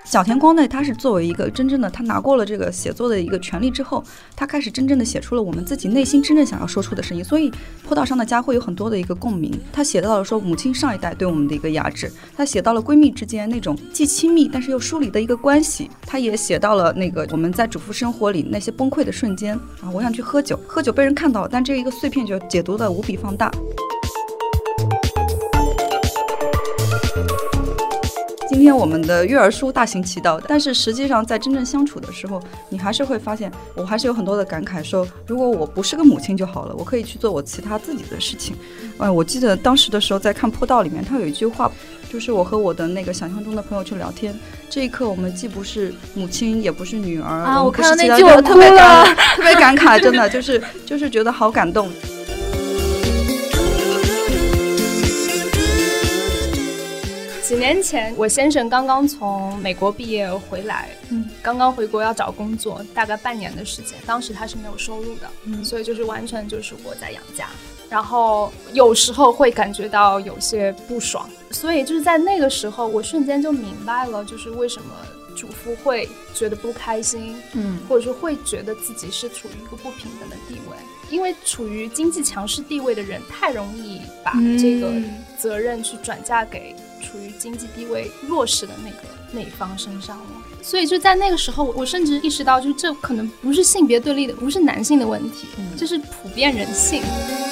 小田光呢，他是作为一个真正的，他拿过了这个写作的一个权利之后，他开始真正的写出了我们自己内心真正想要说出的声音。所以坡道上的家会有很多的一个共鸣。他写到了说母亲上一代对我们的一个压制，他写到了闺蜜之间那种既亲密但是又疏离的一个关系，他也写到了那个我们在主妇生活里那些崩溃的瞬间啊，我想去喝酒，喝酒被人看到了，但这一个碎片就解读的无比放大。今天我们的育儿书大行其道的，但是实际上在真正相处的时候，你还是会发现，我还是有很多的感慨，说如果我不是个母亲就好了，我可以去做我其他自己的事情。我记得当时的时候在看坡道里面，他有一句话，就是我和我的那个想象中的朋友去聊天，这一刻我们既不是母亲也不是女儿啊， 我看到那句我特别感慨，真的就是觉得好感动。 几年前我先生刚刚从美国毕业回来，刚刚回国要找工作，大概半年的时间，当时他是没有收入的，所以就是完全就是我在养家，然后有时候会感觉到有些不爽，所以就是在那个时候我瞬间就明白了，就是为什么主妇会觉得不开心，或者说会觉得自己是处于一个不平等的地位，因为处于经济强势地位的人太容易把这个责任去转嫁给处于经济地位弱势的那一方身上了。所以就在那个时候，我甚至意识到，就这可能不是性别对立的，不是男性的问题，这是普遍人性。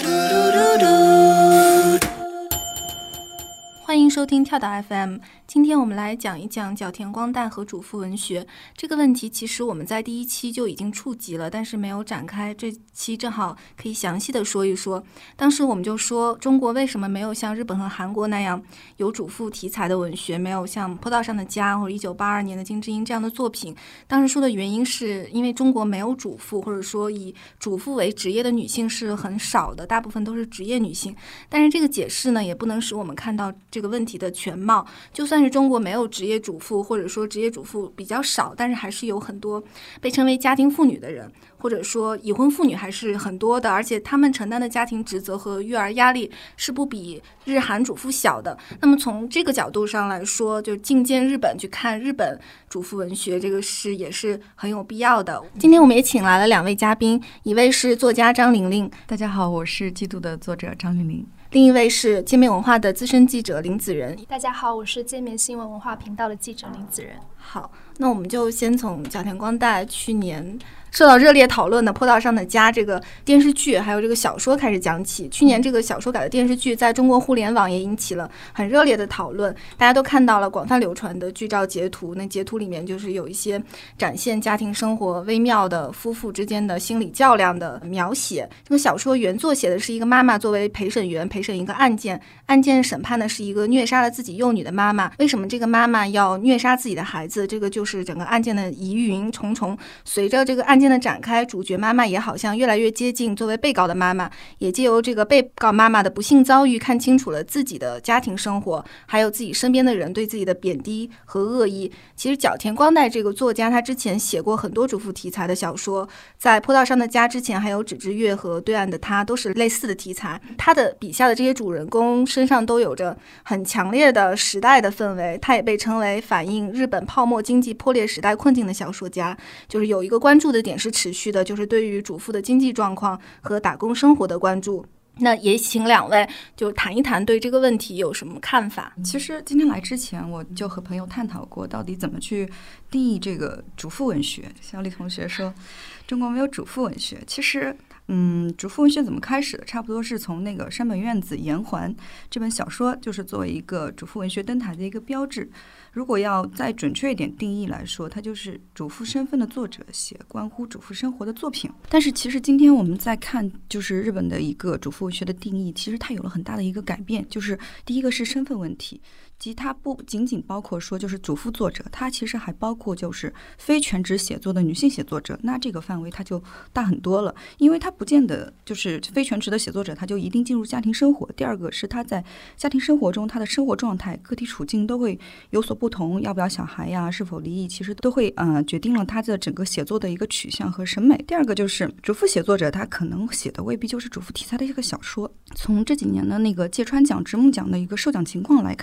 欢迎收听跳岛 FM， 今天我们来讲一讲角田光代和主妇文学这个问题。其实我们在第一期就已经触及了，但是没有展开，这期正好可以详细的说一说。当时我们就说，中国为什么没有像日本和韩国那样有主妇题材的文学，没有像坡道上的家或者1982年的金智英这样的作品。当时说的原因是因为中国没有主妇，或者说以主妇为职业的女性是很少的，大部分都是职业女性。但是这个解释呢，也不能使我们看到这个问题的全貌。就算是中国没有职业主妇，或者说职业主妇比较少，但是还是有很多被称为家庭妇女的人，或者说已婚妇女还是很多的，而且他们承担的家庭职责和育儿压力是不比日韩主妇小的。那么从这个角度上来说，就近见日本去看日本主妇文学，这个是也是很有必要的。今天我们也请来了2位嘉宾，一位是作家张玲玲。 大家好，我是嫉妒的作者张玲玲。 另一位是界面文化的资深记者林子仁。 大家好，我是界面新闻文化频道的记者林子仁。 好，那我们就先从角田光代去年受到热烈讨论的《坡道上的家》这个电视剧还有这个小说开始讲起。去年这个小说改的电视剧在中国互联网也引起了很热烈的讨论，大家都看到了广泛流传的剧照截图，那截图里面就是有一些展现家庭生活微妙的夫妇之间的心理较量的描写。这个小说原作写的是一个妈妈作为陪审员陪审一个案件审判的是一个虐杀了自己幼女的妈妈。为什么这个妈妈要虐杀自己的孩子，这个就是整个案件的疑云重重。随着这个案件的展开，主角妈妈也好像越来越接近作为被告的妈妈，也借由这个被告妈妈的不幸遭遇看清楚了自己的家庭生活，还有自己身边的人对自己的贬低和恶意。其实角田光代这个作家，他之前写过很多主妇题材的小说，在坡道上的家之前还有纸之月和对岸的他，都是类似的题材。他的笔下的这些主人公身上都有着很强烈的时代的氛围，他也被称为反映日本泡沫经济破裂时代困境的小说家。就是有一个关注的点是持续的，就是对于主妇的经济状况和打工生活的关注。那也请2位就谈一谈对这个问题有什么看法。 其实今天来之前我就和朋友探讨过到底怎么去定义这个主妇文学。小李同学说中国没有主妇文学，其实主妇文学怎么开始的？差不多是从那个山本苑子《延环》这本小说，就是作为一个主妇文学登台的一个标志。如果要再准确一点定义来说，它就是主妇身份的作者写关乎主妇生活的作品。但是其实今天我们在看就是日本的一个主妇文学的定义，其实它有了很大的一个改变。就是第一个是身份问题，即它不仅仅包括说就是主妇作者，它其实还包括就是非全职写作的女性写作者。那这个范围它就大很多了，因为它不见得就是非全职的写作者他就一定进入家庭生活。第二个是他在家庭生活中他的生活状态个体处境都会有所不同，要不要小孩呀，是否离异，其实都会决定了他的整个写作的一个取向和审美。第二个就是主妇写作者他可能写的未必就是主妇题材的一个小说。从这几年的那个芥川奖直木奖的一个授奖情况来看，作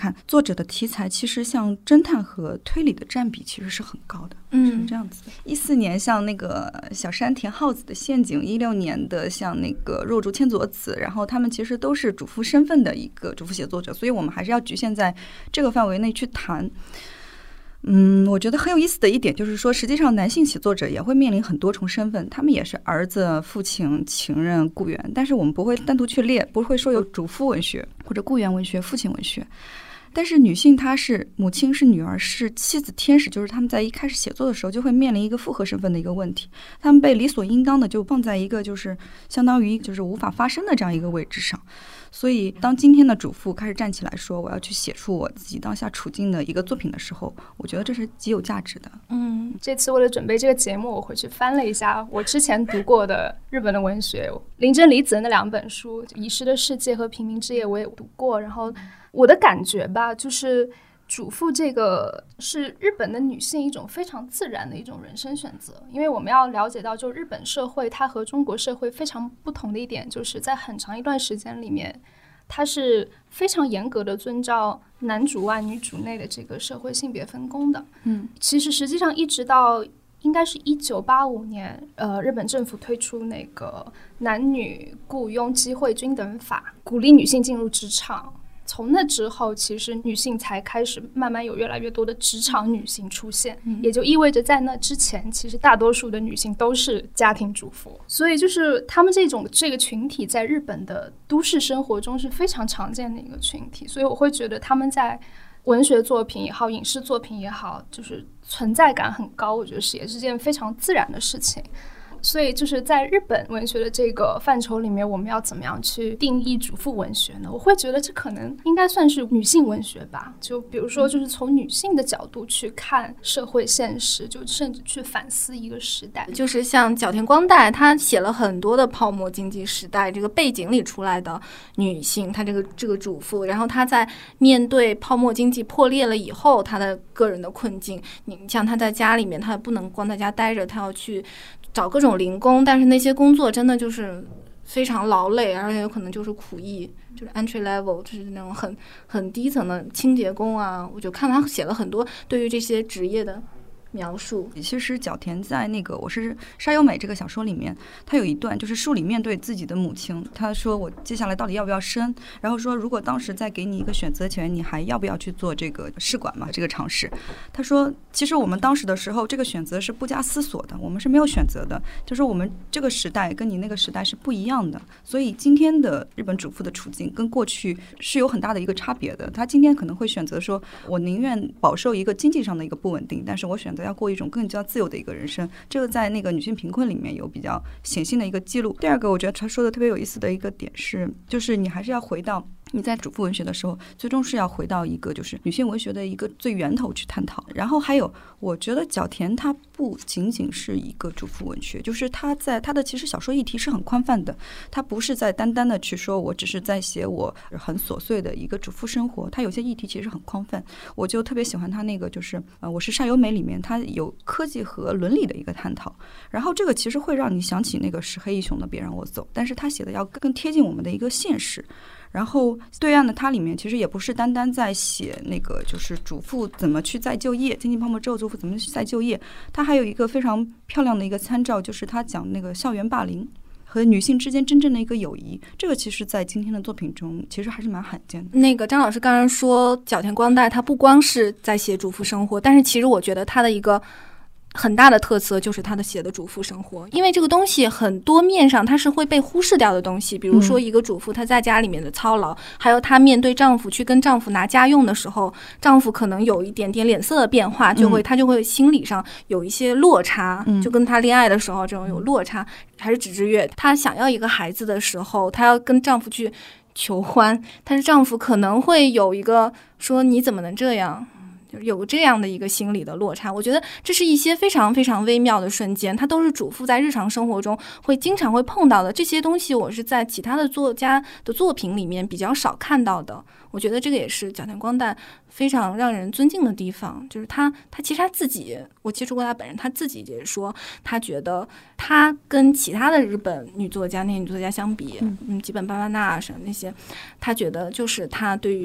者的题材其实像侦探和推理的占比其实是很高的，是这样子的。14年像那个小山田浩子的陷阱，16年的像那个若竹千佐子，然后他们其实都是主妇身份的一个主妇写作者，所以我们还是要局限在这个范围内去谈。我觉得很有意思的一点就是说，实际上男性写作者也会面临很多重身份，他们也是儿子、父亲、情人、雇员，但是我们不会单独去列，不会说有主妇文学或者雇员文学、父亲文学。但是女性她是母亲，是女儿，是妻子、天使，就是他们在一开始写作的时候就会面临一个复合身份的一个问题，他们被理所应当的就放在一个就是相当于就是无法发生的这样一个位置上。所以当今天的主妇开始站起来说我要去写出我自己当下处境的一个作品的时候，我觉得这是极有价值的。 这次为了准备这个节目，我回去翻了一下我之前读过的日本的文学，林真理子那2本书《遗失的世界》和《平民之夜》我也读过，然后我的感觉吧，就是主妇这个是日本的女性一种非常自然的一种人生选择。因为我们要了解到，就日本社会它和中国社会非常不同的一点，就是在很长一段时间里面，它是非常严格的遵照男主外女主内的这个社会性别分工的。其实实际上一直到应该是1985年，日本政府推出那个男女雇佣机会均等法，鼓励女性进入职场。从那之后，其实女性才开始慢慢有越来越多的职场女性出现，也就意味着在那之前，其实大多数的女性都是家庭主妇。所以就是她们这个群体在日本的都市生活中是非常常见的一个群体，所以我会觉得她们在文学作品也好，影视作品也好，就是存在感很高，我觉得也是件非常自然的事情。所以就是在日本文学的这个范畴里面，我们要怎么样去定义主妇文学呢？我会觉得这可能应该算是女性文学吧，就比如说就是从女性的角度去看社会现实，就甚至去反思一个时代。 就是像角田光代，他写了很多的泡沫经济时代这个背景里出来的女性，她这个主妇，然后她在面对泡沫经济破裂了以后，她的个人的困境。你像她在家里面，她不能光在家待着，她要去找各种零工，但是那些工作真的就是非常劳累，而且有可能就是苦役，就是 entry level， 就是那种很低层的清洁工啊。我就看他写了很多对于这些职业的描述。 其实角田在那个《我是沙优美》这个小说里面，他有一段就是书里面对自己的母亲，他说我接下来到底要不要生，然后说如果当时再给你一个选择权，你还要不要去做这个试管嘛，这个尝试。他说其实我们当时的时候这个选择是不加思索的，我们是没有选择的，就是我们这个时代跟你那个时代是不一样的，所以今天的日本主妇的处境跟过去是有很大的一个差别的。他今天可能会选择说我宁愿饱受一个经济上的一个不稳定，但是我选择要过一种更加自由的一个人生，这个在那个女性贫困里面有比较显性的一个记录。第二个我觉得他说的特别有意思的一个点是，就是你还是要回到你在主妇文学的时候，最终是要回到一个就是女性文学的一个最源头去探讨。然后还有我觉得角田它不仅仅是一个主妇文学，就是他在他的其实小说议题是很宽泛的，他不是在单单的去说我只是在写我很琐碎的一个主妇生活，他有些议题其实很宽泛。我就特别喜欢他那个就是我是沙优美里面他有科技和伦理的一个探讨，然后这个其实会让你想起那个石黑一雄的别让我走，但是他写的要更贴近我们的一个现实。然后对岸的它里面其实也不是单单在写那个就是主妇怎么去再就业，经济泡沫之后主妇怎么去再就业，它还有一个非常漂亮的一个参照，就是他讲那个校园霸凌和女性之间真正的一个友谊，这个其实在今天的作品中其实还是蛮罕见的。 那个张老师刚刚说角田光代他不光是在写主妇生活，但是其实我觉得他的一个很大的特色就是他的写的主妇生活，因为这个东西很多面上它是会被忽视掉的东西，比如说一个主妇她在家里面的操劳，还有她面对丈夫去跟丈夫拿家用的时候，丈夫可能有一点点脸色的变化，她就会心理上有一些落差，就跟她恋爱的时候这种有落差。还是纸之月，她想要一个孩子的时候，她要跟丈夫去求欢，但是丈夫可能会有一个说你怎么能这样，有这样的一个心理的落差。我觉得这是一些非常非常微妙的瞬间，它都是主妇在日常生活中会经常会碰到的。这些东西我是在其他的作家的作品里面比较少看到的，我觉得这个也是角田光代非常让人尊敬的地方。就是他其实他自己，我接触过他本人，他自己也说他觉得他跟其他的日本女作家那些女作家相比，吉本芭芭娜什么那些，他觉得就是他对于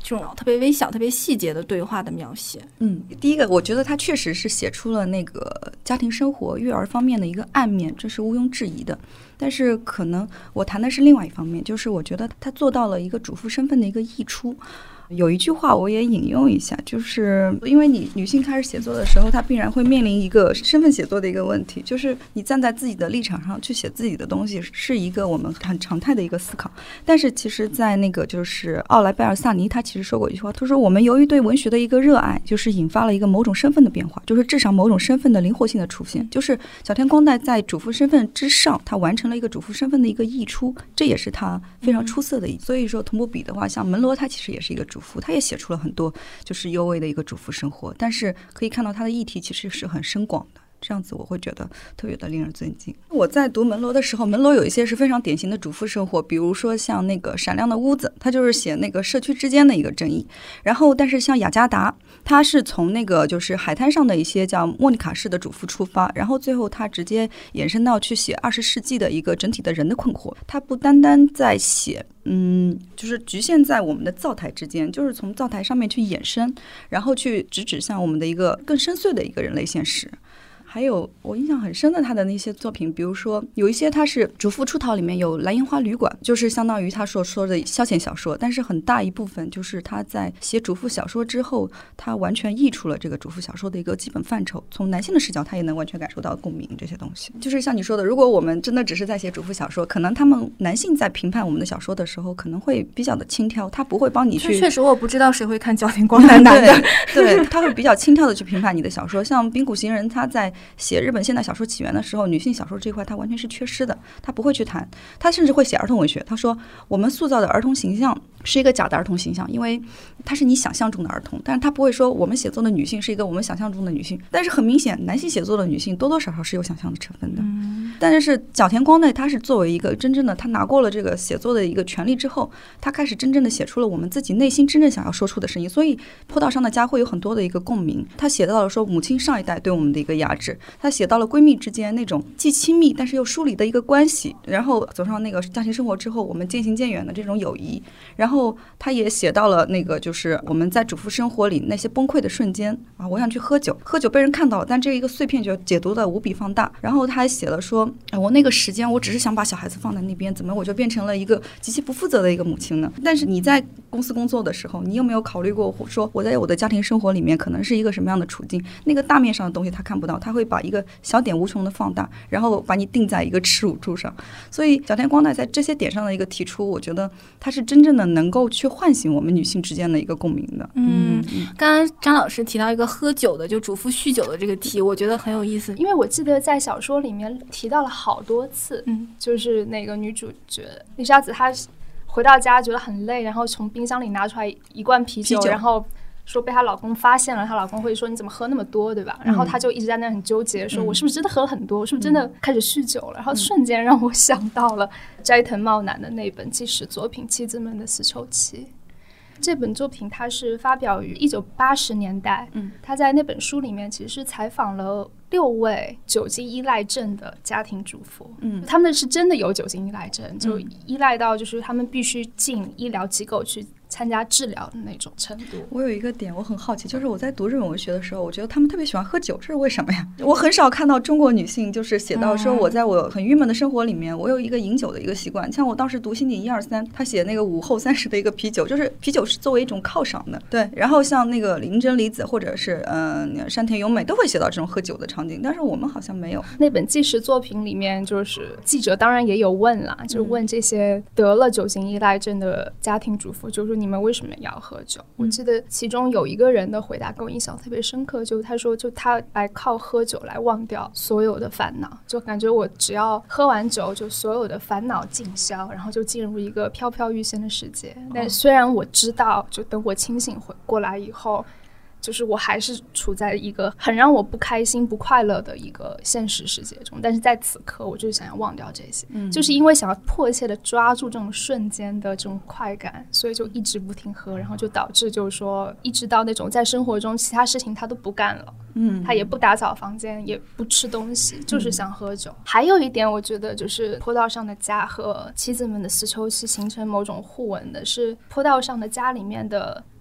这种特别微小特别细节的对话的描写。 第一个我觉得他确实是写出了那个家庭生活育儿方面的一个暗面，这是毋庸置疑的。但是可能我谈的是另外一方面，就是我觉得他做到了一个主妇身份的一个溢出。有一句话我也引用一下，就是因为你女性开始写作的时候，她必然会面临一个身份写作的一个问题，就是你站在自己的立场上去写自己的东西，是一个我们很常态的一个思考。但是其实在那个就是奥莱贝尔萨尼他其实说过一句话，他说我们由于对文学的一个热爱，就是引发了一个某种身份的变化，就是至少某种身份的灵活性的出现，就是小田光代在主妇身份之上，他完成了一个主妇身份的一个溢出，这也是他非常出色的所以说同步比的话，像门罗他其实也是一个主妇，他也写出了很多就是幽微的一个主妇生活，但是可以看到他的议题其实是很深广的，这样子我会觉得特别的令人尊敬。我在读门罗的时候，门罗有一些是非常典型的主妇生活，比如说像那个闪亮的屋子，他就是写那个社区之间的一个正义。然后但是像雅加达，他是从那个就是海滩上的一些叫莫妮卡式的主妇出发，然后最后他直接延伸到去写20世纪的一个整体的人的困惑。他不单单在写就是局限在我们的灶台之间，就是从灶台上面去衍生，然后去指向我们的一个更深邃的一个人类现实。还有我印象很深的他的那些作品，比如说有一些他是主妇出逃里面有蓝樱花旅馆，就是相当于他说的消遣小说，但是很大一部分就是他在写主妇小说之后，他完全溢出了这个主妇小说的一个基本范畴，从男性的视角他也能完全感受到共鸣，这些东西就是像你说的，如果我们真的只是在写主妇小说，可能他们男性在评判我们的小说的时候可能会比较的轻佻，他不会帮你去， 确实我不知道谁会看角田光代男的对，他会比较轻佻的去评判你的小说。像滨谷行人他在写日本现代小说起源的时候，女性小说这一块他完全是缺失的，他不会去谈，他甚至会写儿童文学。他说我们塑造的儿童形象是一个假的儿童形象，因为他是你想象中的儿童，但是他不会说我们写作的女性是一个我们想象中的女性。但是很明显男性写作的女性多多少少是有想象的成分的。但是角田光代他是作为一个真正的，他拿过了这个写作的一个权利之后，他开始真正的写出了我们自己内心真正想要说出的声音。所以坡道上的家会有很多的一个共鸣，他写到了说母亲上一代对我们的一个压制，他写到了闺蜜之间那种既亲密但是又疏离的一个关系，然后走上那个家庭生活之后我们渐行渐远的这种友谊，然后他也写到了那个就是我们在主妇生活里那些崩溃的瞬间啊，我想去喝酒被人看到了，但这一个碎片就解读的无比放大。然后他还写了说我那个时间我只是想把小孩子放在那边，怎么我就变成了一个极其不负责的一个母亲呢？但是你在公司工作的时候，你有没有考虑过说我在我的家庭生活里面可能是一个什么样的处境？那个大面上的东西他看不到，他会把一个小点无穷的放大，然后把你定在一个耻辱柱上。所以角田光代在这些点上的一个提出，我觉得他是真正的能够去唤醒我们女性之间的一个共鸣的。 刚刚张老师提到一个喝酒的，就主妇酗酒的这个题，我觉得很有意思， 因为我记得在小说里面提到了好多次，就是那个女主角李沙子她回到家觉得很累，然后从冰箱里拿出来一罐啤酒，然后说被她老公发现了，她老公会说你怎么喝那么多，对吧？然后她就一直在那很纠结，说我是不是真的喝了很多，我是不是真的开始酗酒了？然后瞬间让我想到了斋藤茂男的那本纪实作品《妻子们的死囚期》。这本作品它是发表于1980年代，他在那本书里面其实是采访了6位酒精依赖症的家庭主妇，他们是真的有酒精依赖症，就依赖到就是他们必须进医疗机构去参加治疗的那种程度。 我有一个点我很好奇，就是我在读日本文学的时候，我觉得他们特别喜欢喝酒，这是为什么呀？我很少看到中国女性就是写到说我在我很郁闷的生活里面，我有一个饮酒的一个习惯。像我当时读心井123，他写那个午后30的一个啤酒，就是啤酒是作为一种犒赏的。对，然后像那个林真理子或者是山田优美都会写到这种喝酒的场景，但是我们好像没有。 那本纪实作品里面，就是记者当然也有问啦，就问这些得了酒精依赖症的家庭主妇，就是你们为什么要喝酒？我记得其中有一个人的回答给我印象特别深刻，就他说就他来靠喝酒来忘掉所有的烦恼，就感觉我只要喝完酒就所有的烦恼尽消，然后就进入一个飘飘欲仙的世界。但虽然我知道就等我清醒过来以后，就是我还是处在一个很让我不开心不快乐的一个现实世界中，但是在此刻我就是想要忘掉这些，就是因为想要迫切的抓住这种瞬间的这种快感，所以就一直不停喝，然后就导致就是说一直到那种在生活中其他事情他都不干了，他也不打扫房间也不吃东西，就是想喝酒。还有一点我觉得就是坡道上的家和妻子们的死囚期形成某种互文的是，坡道上的家里面的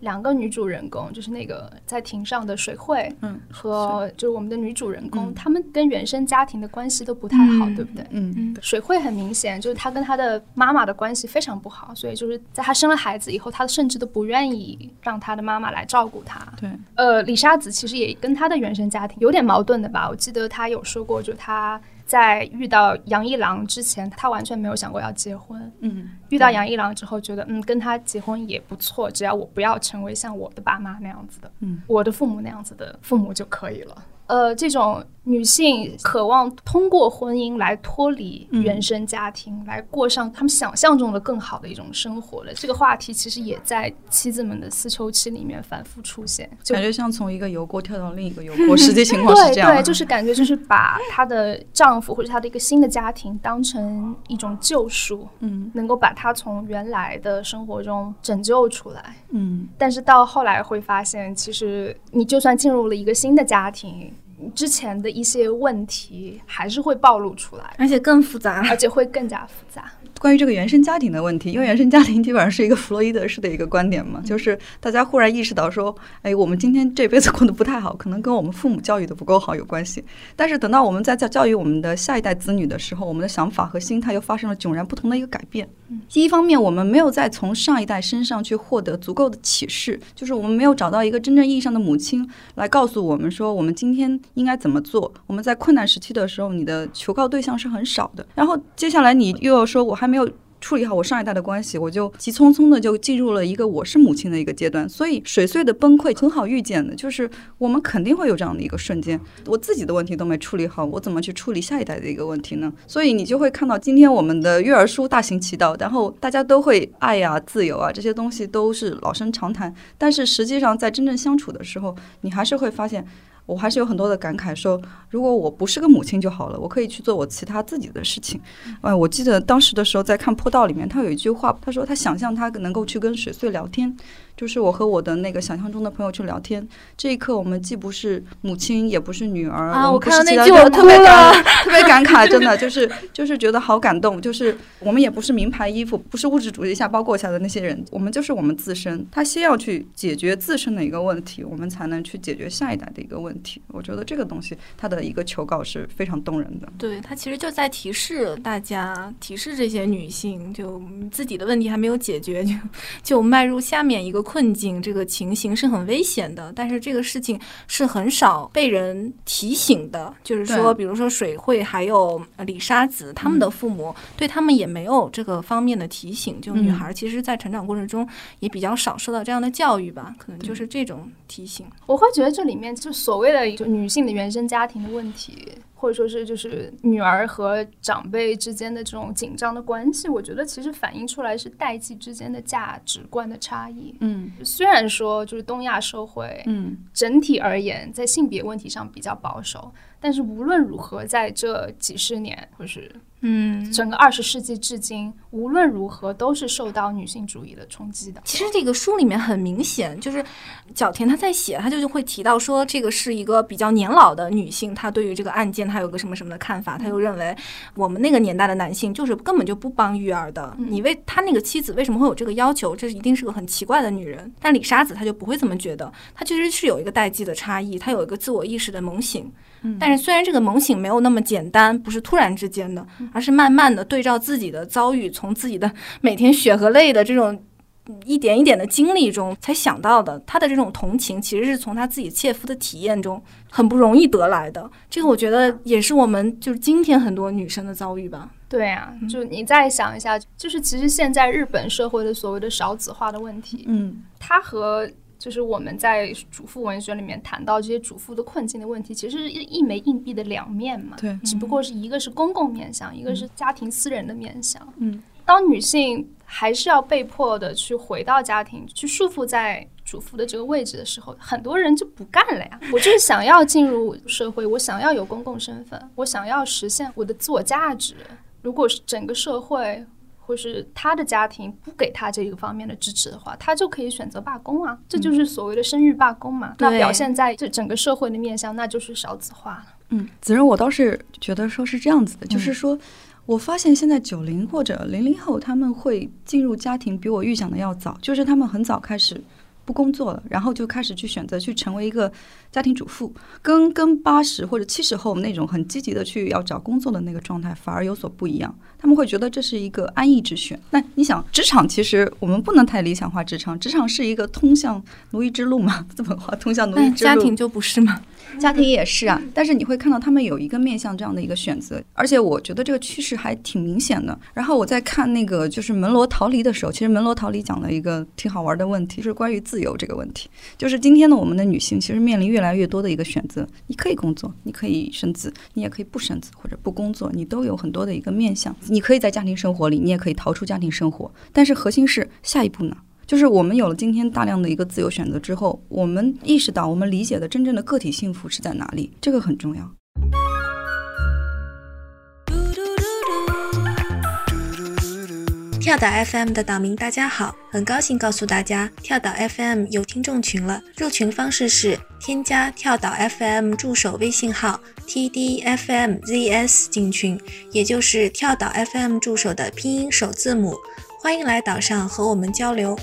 2个女主人公，就是那个在庭上的水惠，和就是我们的女主人公，她们跟原生家庭的关系都不太好，对不对？水惠很明显就是她跟她的妈妈的关系非常不好，所以就是在她生了孩子以后，她甚至都不愿意让她的妈妈来照顾她。 对， 李沙子其实也跟她的原生家庭有点矛盾的吧？我记得她有说过，就她在遇到杨一郎之前，他完全没有想过要结婚。遇到杨一郎之后，觉得跟他结婚也不错，只要我不要成为像我的爸妈那样子的，我的父母那样子的父母就可以了。这种女性渴望通过婚姻来脱离原生家庭，来过上他们想象中的更好的一种生活的这个话题，其实也在妻子们的思秋期里面反复出现， 感觉像从一个油锅跳到另一个油锅，实际情况是这样。 对，就是感觉就是把她的丈夫或者她的一个新的家庭当成一种救赎，能够把她从原来的生活中拯救出来。但是到后来会发现，其实你就算进入了一个新的家庭，之前的一些问题还是会暴露出来， 而且更复杂， 而且会更加复杂。 关于这个原生家庭的问题，因为原生家庭基本上是一个弗洛伊德式的一个观点嘛，就是大家忽然意识到说，我们今天这辈子过得不太好，可能跟我们父母教育的不够好有关系。但是等到我们在教育我们的下一代子女的时候，我们的想法和心态又发生了迥然不同的一个改变。第一方面，我们没有再从上一代身上去获得足够的启示，就是我们没有找到一个真正意义上的母亲来告诉我们说，我们今天应该怎么做。我们在困难时期的时候，你的求告对象是很少的。然后接下来你又要说，我还没有处理好我上一代的关系，我就急匆匆的就进入了一个我是母亲的一个阶段。所以水碎的崩溃很好预见的，就是我们肯定会有这样的一个瞬间，我自己的问题都没处理好，我怎么去处理下一代的一个问题呢？所以你就会看到今天我们的育儿书大行其道，然后大家都会爱啊自由啊这些东西都是老生常谈，但是实际上在真正相处的时候，你还是会发现，我还是有很多的感慨，说如果我不是个母亲就好了，我可以去做我其他自己的事情。我记得当时的时候在看《坡道》里面，他有一句话，他说他想象他能够去跟水穗聊天，就是我和我的那个想象中的朋友去聊天，这一刻我们既不是母亲也不是女儿啊， 我看到那句我哭了， 特别感慨，真的就是觉得好感动。就是我们也不是名牌衣服，不是物质主义下包裹下的那些人，我们就是我们自身，他先要去解决自身的一个问题，我们才能去解决下一代的一个问题。我觉得这个东西它的一个求告是非常动人的。 对，它其实就在提示大家，提示这些女性，就自己的问题还没有解决，就迈入下面一个困境，这个情形是很危险的。但是这个事情是很少被人提醒的，就是说比如说水惠还有李沙子他们的父母，对他们也没有这个方面的提醒，就女孩其实在成长过程中也比较少受到这样的教育吧，可能就是这种提醒。 我会觉得这里面就所谓的就女性的原生家庭的问题，或者说是就是女儿和长辈之间的这种紧张的关系，我觉得其实反映出来是代际之间的价值观的差异。虽然说就是东亚社会整体而言在性别问题上比较保守，但是无论如何在这几十年或是整个20世纪至今，无论如何都是受到女性主义的冲击的。 其实这个书里面很明显，就是角田他在写，他就会提到说，这个是一个比较年老的女性，她对于这个案件她有个什么什么的看法，她又认为我们那个年代的男性就是根本就不帮育儿的，你为他那个妻子为什么会有这个要求，这一定是个很奇怪的女人。但李沙子她就不会这么觉得，她其实是有一个代际的差异，她有一个自我意识的猛醒。但是虽然这个猛醒没有那么简单，不是突然之间的，而是慢慢的对照自己的遭遇，从自己的每天血和泪的这种一点一点的经历中才想到的。他的这种同情其实是从他自己切肤的体验中很不容易得来的，这个我觉得也是我们就是今天很多女生的遭遇吧。 对啊，就你再想一下，就是其实现在日本社会的所谓的少子化的问题，它和就是我们在主妇文学里面谈到这些主妇的困境的问题，其实是一枚硬币的两面嘛。 对， 只不过是一个是公共面向，一个是家庭私人的面向。当女性还是要被迫的去回到家庭，去束缚在主妇的这个位置的时候，很多人就不干了呀。我就是想要进入社会，我想要有公共身份，我想要实现我的自我价值。如果是整个社会或是他的家庭不给他这个方面的支持的话，他就可以选择罢工啊，这就是所谓的生育罢工嘛。那表现在这整个社会的面向，那就是少子化了。 子仁，我倒是觉得说是这样子的，就是说我发现现在90或者00后他们会进入家庭比我预想的要早，就是他们很早开始不工作了，然后就开始去选择去成为一个家庭主妇，跟80或者70后那种很积极的去要找工作的那个状态反而有所不一样。他们会觉得这是一个安逸之选。那你想，职场其实我们不能太理想化，职场是一个通向奴役之路嘛？这么话，通向奴役之路。 家庭就不是吗？ 家庭也是啊，但是你会看到他们有一个面向这样的一个选择，而且我觉得这个趋势还挺明显的。然后我在看那个就是门罗逃离的时候，其实门罗逃离讲了一个挺好玩的问题，就是关于自由这个问题。就是今天的我们的女性其实面临越来越多的一个选择，你可以工作，你可以生子，你也可以不生子或者不工作，你都有很多的一个面向。你可以在家庭生活里，你也可以逃出家庭生活，但是核心是下一步呢？就是我们有了今天大量的一个自由选择之后，我们意识到我们理解的真正的个体幸福是在哪里，这个很重要。 跳岛 FM 的岛民大家好，很高兴告诉大家，跳岛 FM 有听众群了。入群方式是添加跳岛 FM 助手微信号 TDFMZS 进群，也就是跳岛 FM 助手的拼音首字母。欢迎来岛上和我们交流。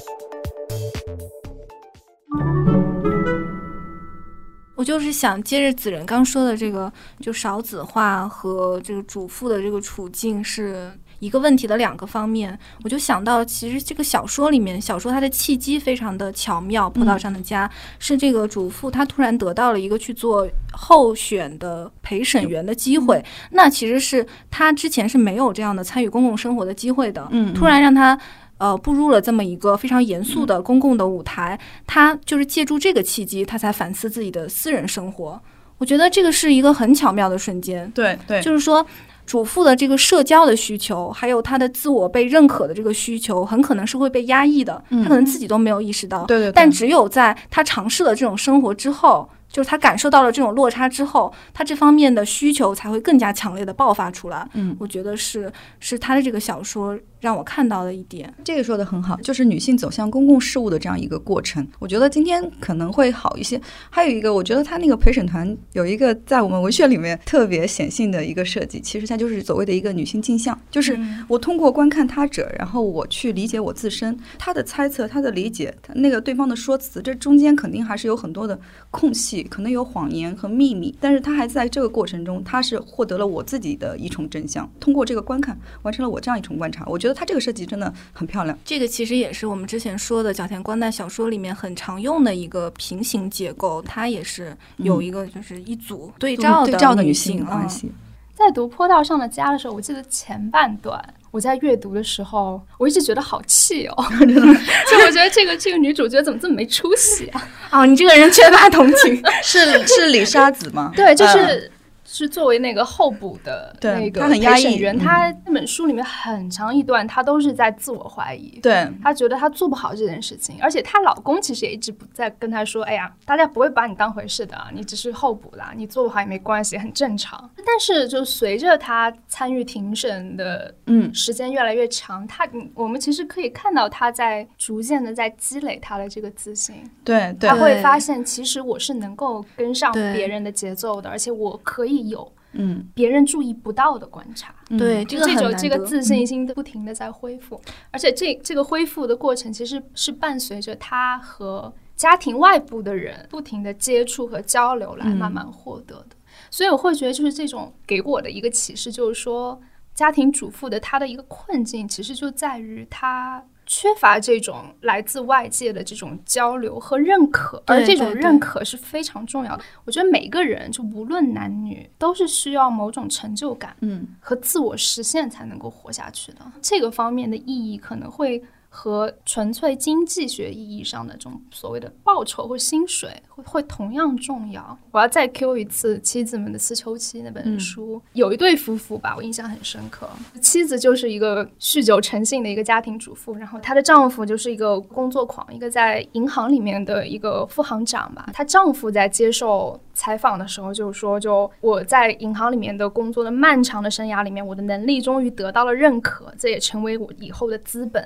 我就是想接着子仁刚说的这个，就少子化和这个主妇的这个处境是一个问题的2个方面，我就想到其实这个小说它的契机非常的巧妙。坡道上的家是这个主妇她突然得到了一个去做候选的陪审员的机会，那其实是她之前是没有这样的参与公共生活的机会的，突然让她步入了这么一个非常严肃的公共的舞台，他就是借助这个契机，他才反思自己的私人生活。我觉得这个是一个很巧妙的瞬间。 对， 就是说主妇的这个社交的需求，还有他的自我被认可的这个需求，很可能是会被压抑的，他可能自己都没有意识到。 对， 但只有在他尝试了这种生活之后，就是他感受到了这种落差之后，他这方面的需求才会更加强烈的爆发出来。我觉得是他的这个小说让我看到的一点。 这个说的很好，就是女性走向公共事务的这样一个过程。我觉得今天可能会好一些。还有一个，我觉得他那个陪审团有一个在我们文学里面特别显性的一个设计，其实它就是所谓的一个女性镜像，就是我通过观看他者，然后我去理解我自身，他的猜测，他的理解，那个对方的说辞，这中间肯定还是有很多的空隙，可能有谎言和秘密，但是他还在这个过程中，他是获得了我自己的一重真相，通过这个观看完成了我这样一重观察。我觉得他这个设计真的很漂亮。 这个其实也是我们之前说的角田光代小说里面很常用的一个平行结构，它也是有一个就是一组对照的女性关系。 在读坡道上的家的时候，我记得前半段我在阅读的时候，我一直觉得好气哦，就我觉得这个女主角怎么这么没出息啊？ 哦，你这个人缺乏同情。 是李沙子吗？ 对，是作为那个候补的那个陪审员，他那本书里面很长一段，他都是在自我怀疑。 对， 他觉得他做不好这件事情，而且她老公其实也一直不在跟他说：“哎呀，大家不会把你当回事的啊，你只是候补啦，你做不好也没关系，很正常。”但是就随着他参与庭审的时间越来越长，我们其实可以看到他在逐渐的在积累他的这个自信。 对， 他会发现其实我是能够跟上别人的节奏的，而且我可以有别人注意不到的观察。 对， 这个自信心不停的在恢复，而且这个恢复的过程其实是伴随着他和家庭外部的人不停的接触和交流来慢慢获得的。所以我会觉得就是这种给我的一个启示，就是说家庭主妇的她的一个困境其实就在于她缺乏这种来自外界的这种交流和认可，而这种认可是非常重要的。我觉得每个人就无论男女都是需要某种成就感和自我实现才能够活下去的。这个方面的意义可能会和纯粹经济学意义上的这种所谓的报酬或薪水会同样重要。我要再 Q 一次妻子们的思秋期那本书，有一对夫妇吧，我印象很深刻。妻子就是一个酗酒成性的一个家庭主妇，然后她的丈夫就是一个工作狂，一个在银行里面的一个副行长吧。她丈夫在接受采访的时候就说，我在银行里面的工作的漫长的生涯里面，我的能力终于得到了认可，这也成为我以后的资本。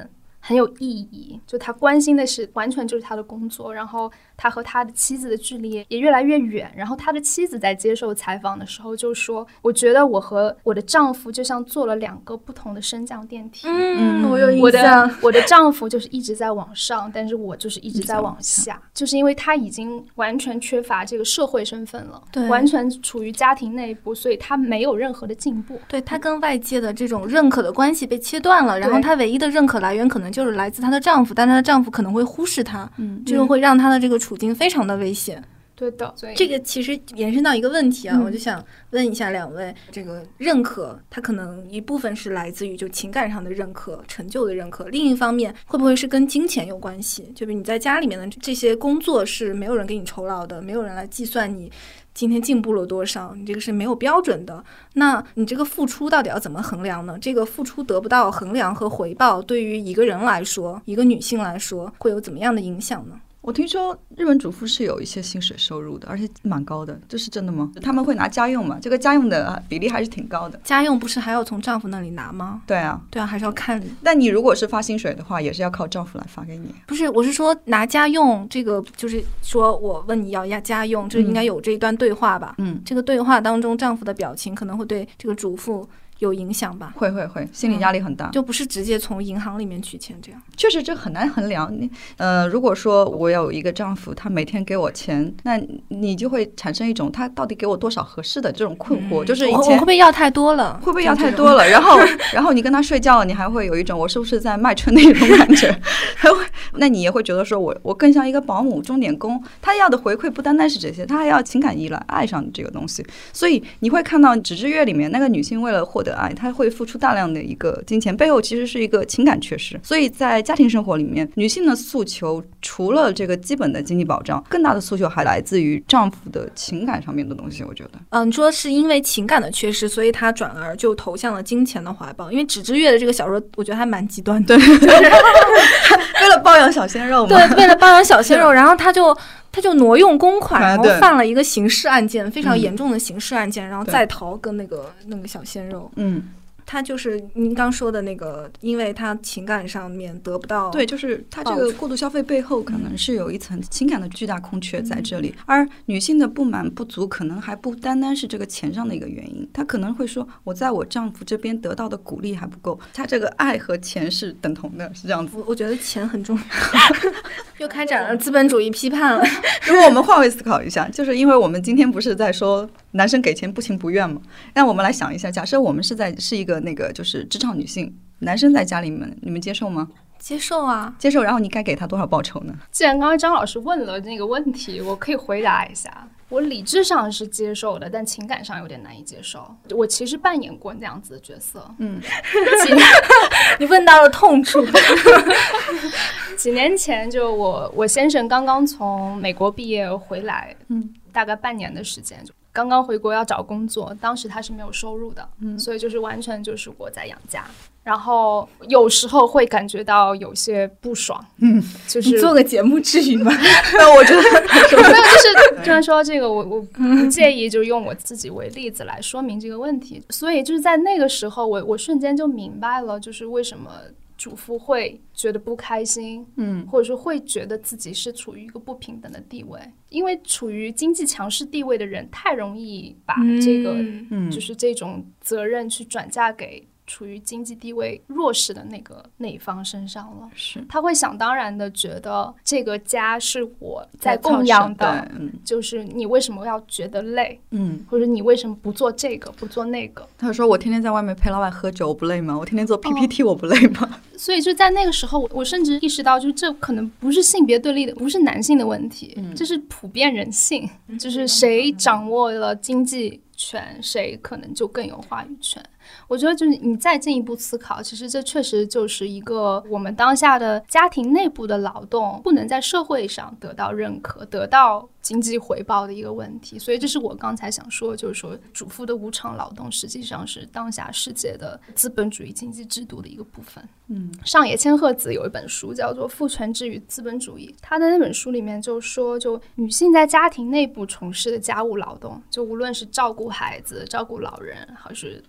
很有意义，就他关心的是完全就是他的工作，然后他和他的妻子的距离也越来越远。然后他的妻子在接受采访的时候就说，我觉得我和我的丈夫就像坐了2个不同的升降电梯。 我有印象。 我的丈夫就是一直在往上，但是我就是一直在往下，就是因为他已经完全缺乏这个社会身份了， 对， 完全处于家庭内部，所以他没有任何的进步。 对，他跟外界的这种认可的关系被切断了，然后他唯一的认可来源可能就是来自她的丈夫，但她的丈夫可能会忽视她，这个会让她的这个处境非常的危险。 对的， 这个其实延伸到一个问题啊，我就想问一下2位，这个认可它可能一部分是来自于就情感上的认可、成就的认可，另一方面会不会是跟金钱有关系？就比如你在家里面的这些工作是没有人给你酬劳的，没有人来计算你今天进步了多少，你这个是没有标准的，那你这个付出到底要怎么衡量呢？这个付出得不到衡量和回报，对于一个人来说，一个女性来说，会有怎么样的影响呢？ 我听说日本主妇是有一些薪水收入的，而且蛮高的，这是真的吗？他们会拿家用嘛？这个家用的比例还是挺高的。 家用不是还要从丈夫那里拿吗？ 对啊， 对啊，还是要看。 但你如果是发薪水的话，也是要靠丈夫来发给你。 不是，我是说拿家用这个，就是说我问你要家用，这应该有这一段对话吧？这个对话当中，丈夫的表情可能会对这个主妇有影响吧？ 会，心理压力很大， 就不是直接从银行里面取钱这样。 确实这很难衡量。如果说我有一个丈夫，他每天给我钱，那你就会产生一种他到底给我多少合适的这种困惑，就是以前我会不会要太多了？ 会不会要太多了？然后你跟他睡觉，你还会有一种我是不是在卖春那种感觉？那你也会觉得说我更像一个保姆、钟点工，他要的回馈不单单是这些，他还要情感依赖、爱上这个东西。所以你会看到《纸之月》里面那个女性为了获得爱，她会付出大量的一个金钱，背后其实是一个情感缺失。所以在家庭生活里面，女性的诉求除了这个基本的经济保障，更大的诉求还来自于丈夫的情感上面的东西。我觉得， 你说是因为情感的缺失，所以她转而就投向了金钱的怀抱。因为《纸之月》的这个小说，我觉得还蛮极端的， 对，为了包养小鲜肉嘛， 对，为了包养小鲜肉，然后他就挪用公款，然后犯了一个刑事案件，非常严重的刑事案件，然后再逃跟那个小鲜肉。他就是您刚说的那个，因为他情感上面得不到， 对，就是他这个过度消费背后可能是有一层情感的巨大空缺在这里，而女性的不满不足可能还不单单是这个钱上的一个原因，她可能会说我在我丈夫这边得到的鼓励还不够，他这个爱和钱是等同的，是这样子。 我觉得钱很重要。又开展了资本主义批判了。 如果我们换位思考一下，就是因为我们今天不是在说男生给钱不情不愿吗？那我们来想一下，假设我们是一个那个就是职场女性，男生在家里面，你们接受吗？ 接受啊， 接受。然后你该给他多少报酬呢？ 既然刚刚张老师问了那个问题，我可以回答一下。我理智上是接受的，但情感上有点难以接受。我其实扮演过那样子的角色。 你问到了痛处。 几年前就我先生刚刚从美国毕业回来，大概半年的时间，就刚刚回国要找工作，当时他是没有收入的，所以就是完全就是我在养家。然后有时候会感觉到有些不爽，就是你做个节目至于吗？ 那我觉得没有，就是虽然说这个我不介意，就是用我自己为例子来说明这个问题。所以就是在那个时候，我瞬间就明白了，就是为什么主妇会觉得不开心，或者说会觉得自己是处于一个不平等的地位，因为处于经济强势地位的人太容易把这个就是这种责任去转嫁给处于经济地位弱势的那一方身上了。 是， 他会想当然的觉得这个家是我在供养的，就是你为什么要觉得累，或者你为什么不做这个不做那个。 他说我天天在外面陪老板喝酒我不累吗？我天天做 PPT 我不累吗？ 所以就在那个时候，我甚至意识到，就是这可能不是性别对立的，不是男性的问题，这是普遍人性，就是谁掌握了经济权，谁可能就更有话语权。我觉得就是你再进一步思考，其实这确实就是一个我们当下的家庭内部的劳动不能在社会上得到认可，得到经济回报的一个问题。所以这是我刚才想说，就是说主妇的无偿劳动实际上是当下世界的资本主义经济制度的一个部分。上野千鹤子有一本书叫做《父权制与资本主义》，他在那本书里面就说，就女性在家庭内部从事的家务劳动，就无论是照顾孩子、照顾老人，还是打扫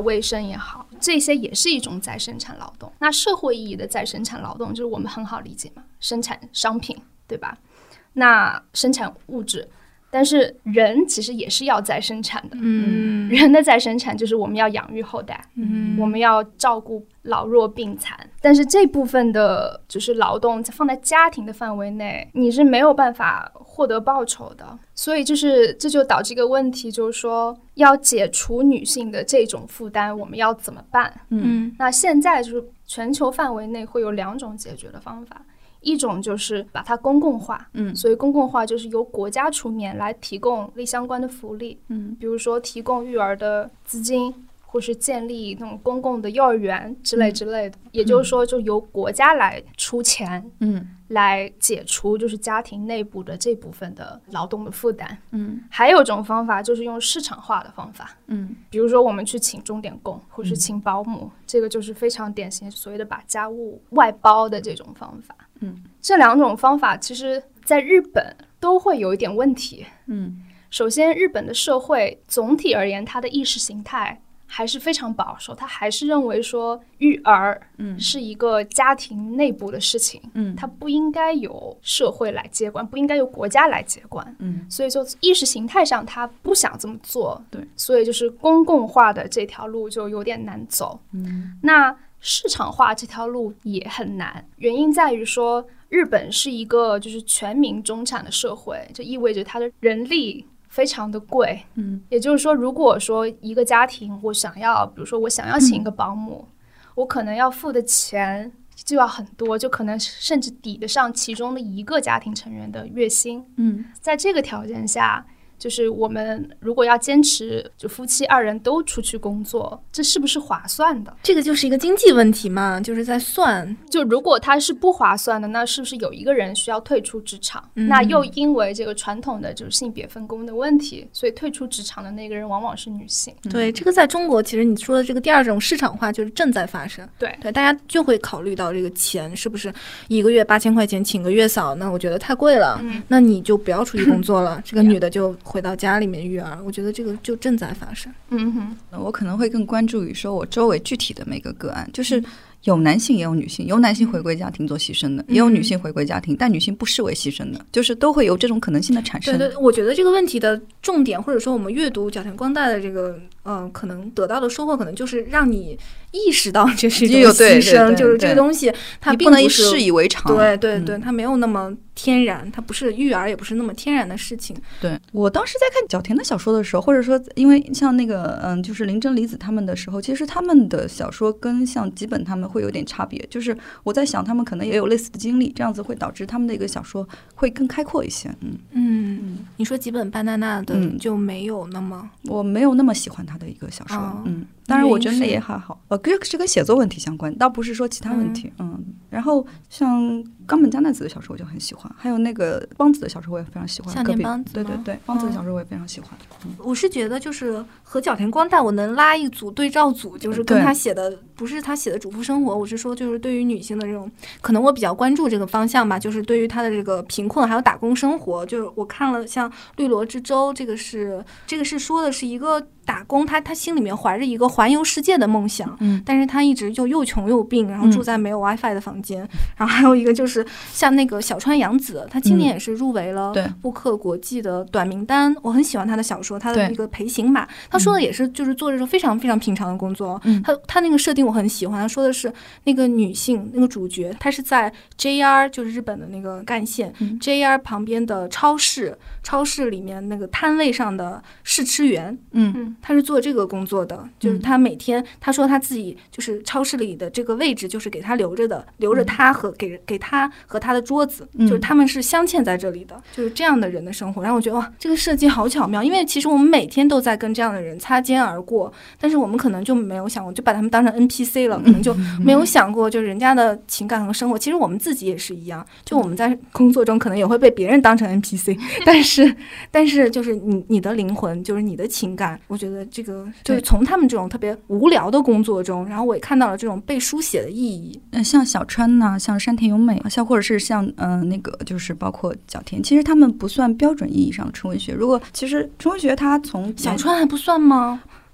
卫生也好，这些也是一种再生产劳动。那社会意义的再生产劳动就是我们很好理解嘛，生产商品，对吧？那生产物质，但是人其实也是要再生产的。人的再生产就是我们要养育后代，我们要照顾老弱病残。但是这部分的就是劳动放在家庭的范围内，你是没有办法获得报酬的。所以这就导致一个问题，就是说要解除女性的这种负担，我们要怎么办？那现在就是全球范围内会有2种解决的方法。一种就是把它公共化，所以公共化就是由国家出面来提供相关的福利，比如说提供育儿的资金，或是建立那种公共的幼儿园之类的，也就是说就由国家来出钱，来解除就是家庭内部的这部分的劳动的负担。还有一种方法就是用市场化的方法，比如说我们去请钟点工或是请保姆，这个就是非常典型所谓的把家务外包的这种方法。这2种方法其实在日本都会有一点问题。首先日本的社会总体而言，它的意识形态还是非常保守，他还是认为说育儿是一个家庭内部的事情，它不应该由社会来接管，不应该由国家来接管，所以说意识形态上他不想这么做，对，所以就是公共化的这条路就有点难走。那市场化这条路也很难，原因在于说日本是一个就是全民中产的社会，就意味着它的人力非常的贵，也就是说如果说一个家庭比如说我想要请一个保姆，我可能要付的钱就要很多，就可能甚至抵得上其中的一个家庭成员的月薪。在这个条件下，就是我们如果要坚持就夫妻2人都出去工作，这是不是划算的？ 这个就是一个经济问题嘛，就是在算， 就如果它是不划算的，那是不是有一个人需要退出职场？那又因为这个传统的就是性别分工的问题，所以退出职场的那个人往往是女性。 对，这个在中国其实你说的这个第2种市场化就是正在发生。 对， 大家就会考虑到这个钱是不是1个月8000块钱请个月嫂，那我觉得太贵了，那你就不要出去工作了，这个女的就回到家里面育儿，我觉得这个就正在发生。 我可能会更关注于说我周围具体的每个个案，就是有男性也有女性，有男性回归家庭做牺牲的，也有女性回归家庭但女性不视为牺牲的，就是都会有这种可能性的产生。 对，我觉得这个问题的重点，或者说我们阅读角田光代的这个可能得到的收获，可能就是让你意识到这是一种牺牲，就是这个东西它并不能视以为常。 对，它没有那么天然，它不是育儿，也不是那么天然的事情。 对，我当时在看角田的小说的时候，或者说因为像那个就是林真理子他们的时候，其实他们的小说跟像吉本他们会有点差别，就是我在想他们可能也有类似的经历，这样子会导致他们的一个小说会更开阔一些。 你说吉本芭娜娜的就没有那么， 我没有那么喜欢他的一个小说。当然我觉得那也还好，是跟写作问题相关，倒不是说其他问题。然后像冈本加奈子的小说我就很喜欢，还有那个邦子的小说我也非常喜欢。 向田邦子， 对，邦子的小说我也非常喜欢。 我是觉得就是和角田光代我能拉一组对照组，就是跟他写的不是他写的主妇生活，我是说就是对于女性的这种，可能我比较关注这个方向吧，就是对于他的这个贫困还有打工生活，就是我看了像绿萝之舟，这个是说的是一个打工，他心里面怀着一个环游世界的梦想，但是他一直就又穷又病，然后住在没有 WiFi 的房间。然后还有一个就是像那个小川洋子，他今年也是入围了布克国际的短名单，我很喜欢他的小说，他的一个陪行马，他说的也是就是做这种非常非常平常的工作。他那个设定我很喜欢，他说的是那个女性那个主角，她是在 JR 就是日本的那个干线JR 旁边的超市里面那个摊位上的试吃员。他是做这个工作的，就是他每天他说他自己就是超市里的这个位置就是给他留着他和给他和他的桌子，就是他们是镶嵌在这里的，就是这样的人的生活。然后我觉得哇，这个设计好巧妙，因为其实我们每天都在跟这样的人擦肩而过，但是我们可能就没有想过，就把他们当成 NPC 了，可能就没有想过就是人家的情感和生活。其实我们自己也是一样，就我们在工作中可能也会被别人当成 NPC， 但是就是你的灵魂，就是你的情感，我觉得这个就是从他们这种特别无聊的工作中，然后我也看到了这种被书写的意义。 像小川呐，像山田优美，像或者是像那个就是包括角田，其实他们不算标准意义上的纯文学。如果其实纯文学它从小川还不算吗？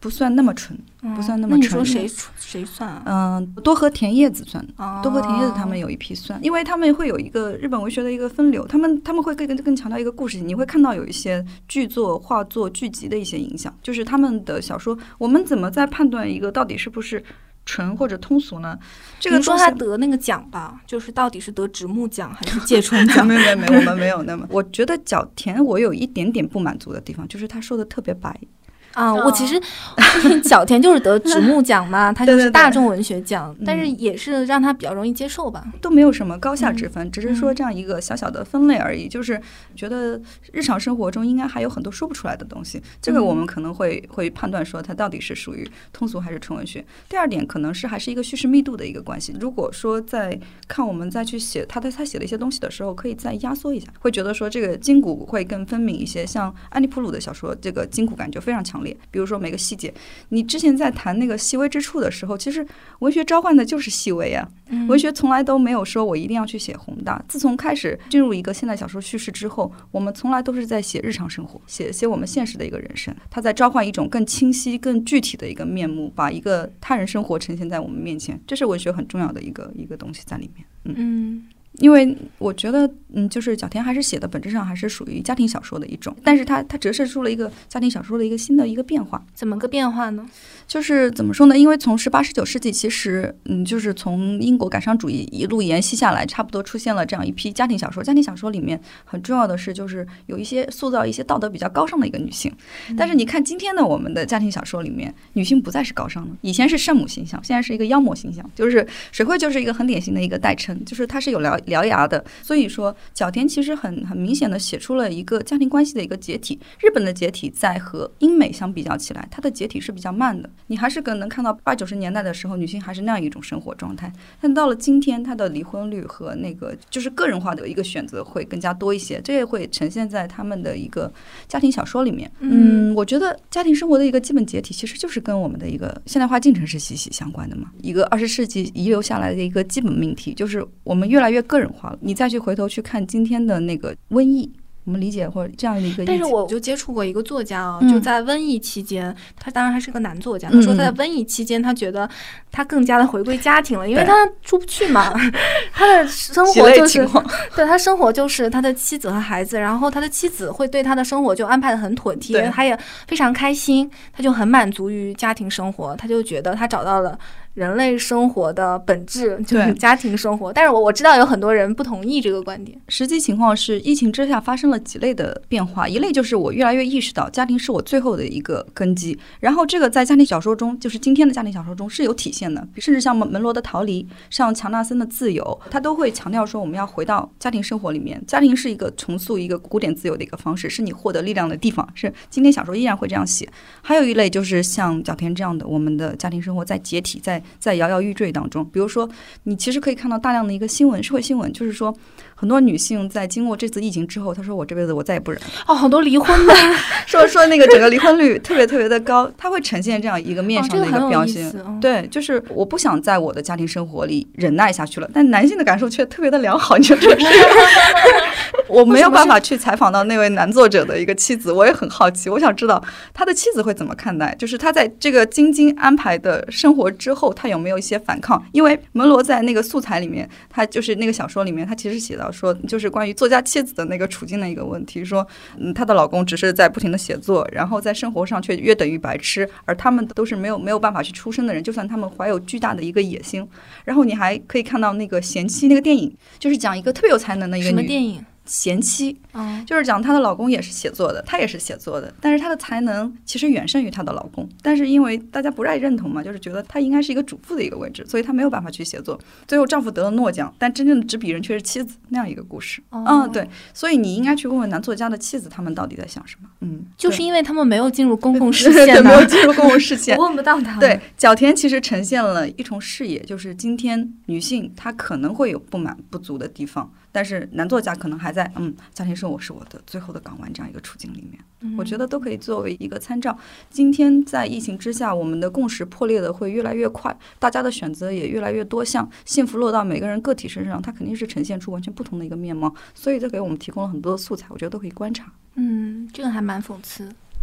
不算那么纯，不算那么纯。 那你说谁算啊？ 多和田叶子算，多和田叶子他们有一批算，因为他们会有一个日本文学的一个分流，他们会更强调一个故事性，你会看到有一些剧作、画作、剧集的一些影响，就是他们的小说，我们怎么在判断一个到底是不是纯或者通俗呢？这个说他得那个奖吧，就是到底是得直木奖还是芥川奖？ 没有，我们没有那么。我觉得角田我有一点点不满足的地方，就是他说的特别白。 我其实角田就是得直木奖嘛，他就是大众文学奖，但是也是让他比较容易接受吧， 都没有什么高下之分，只是说这样一个小小的分类而已。就是觉得日常生活中应该还有很多说不出来的东西，这个我们可能会判断说它到底是属于通俗还是纯文学。第二点可能是还是一个叙事密度的一个关系。如果说在看我们再去写他写的一些东西的时候，可以再压缩一下，会觉得说这个筋骨会更分明一些。像安妮普鲁的小说，这个筋骨感就非常强烈。比如说每个细节，你之前在谈那个细微之处的时候，其实文学召唤的就是细微啊。文学从来都没有说我一定要去写宏大。自从开始进入一个现代小说叙事之后，我们从来都是在写日常生活，写我们现实的一个人生。它在召唤一种更清晰、更具体的一个面目，把一个他人生活呈现在我们面前。这是文学很重要的一个东西在里面。因为我觉得，就是角田还是写的本质上还是属于家庭小说的一种，但是它折射出了一个家庭小说的一个新的一个变化。 怎么个变化呢？ 就是怎么说呢？因为从18、19世纪，其实就是从英国感伤主义一路沿袭下来，差不多出现了这样一批家庭小说。家庭小说里面很重要的是，就是有一些塑造一些道德比较高尚的一个女性。但是你看今天的我们的家庭小说里面，女性不再是高尚的，以前是圣母形象，现在是一个妖魔形象。就是水惠就是一个很典型的一个代称，就是它是有獠牙的。所以说角田其实很明显的写出了一个家庭关系的一个解体。日本的解体在和英美相比较起来，它的解体是比较慢的。你还是能看到80、90年代的时候，女性还是那样一种生活状态，但到了今天，她的离婚率和那个就是个人化的一个选择会更加多一些，这也会呈现在他们的一个家庭小说里面。我觉得家庭生活的一个基本解体，其实就是跟我们的一个现代化进程是息息相关的嘛。一个20世纪遗留下来的一个基本命题，就是我们越来越个人化了。你再去回头去看今天的那个瘟疫，我们理解或者这样的一个， 但是我就接触过一个作家啊，就在瘟疫期间，他当然还是个男作家，他说在瘟疫期间，他觉得他更加的回归家庭了，因为他出不去嘛，他的生活就是对他生活就是他的妻子和孩子，然后他的妻子会对他的生活就安排的很妥帖，他也非常开心，他就很满足于家庭生活，他就觉得他找到了人类生活的本质，就是家庭生活。但是我知道有很多人不同意这个观点。 实际情况是，疫情之下发生了几类的变化。一类就是我越来越意识到家庭是我最后的一个根基，然后这个在家庭小说中，就是今天的家庭小说中是有体现的，甚至像门罗的逃离，像强纳森的自由，他都会强调说我们要回到家庭生活里面。家庭是一个重塑一个古典自由的一个方式，是你获得力量的地方，是今天小说依然会这样写。还有一类就是像角田这样的，我们的家庭生活在解体，在摇摇欲坠当中。比如说你其实可以看到大量的一个新闻，社会新闻，就是说很多女性在经过这次疫情之后，她说我这辈子我再也不忍了。 好多离婚的说那个整个离婚率特别的高，它会呈现这样一个面上的一个标签。对，就是我不想在我的家庭生活里忍耐下去了，但男性的感受却特别的良好，你说这是我没有办法去采访到那位男作者的一个妻子，我也很好奇，我想知道他的妻子会怎么看待，就是他在这个精心安排的生活之后，他有没有一些反抗。因为门罗在那个素材里面，他就是那个小说里面，他其实写到说，就是关于作家妻子的那个处境的一个问题，说她的老公只是在不停的写作，然后在生活上却约等于白痴，而他们都是没有办法去出声的人，就算他们怀有巨大的一个野心。然后你还可以看到那个贤妻那个电影，就是讲一个特别有才能的一个女， 什么电影？ 贤妻，就是讲她的老公也是写作的，她也是写作的，但是她的才能其实远胜于她的老公，但是因为大家不太认同嘛，就是觉得她应该是一个主妇的一个位置，所以她没有办法去写作。最后丈夫得了诺奖，但真正的执笔人却是妻子，那样一个故事。对，所以你应该去问问男作家的妻子，他们到底在想什么。 就是因为他们没有进入公共视线， 没有进入公共视线， 我问不到他们。 对，角田其实呈现了一重视野，就是今天女性她可能会有不满不足的地方，但是男作家可能还在家庭生活是我的最后的港湾这样一个处境里面，我觉得都可以作为一个参照。今天在疫情之下，我们的共识破裂的会越来越快，大家的选择也越来越多项，幸福落到每个人个体身上，它肯定是呈现出完全不同的一个面貌，所以这给我们提供了很多的素材，我觉得都可以观察。 这个还蛮讽刺。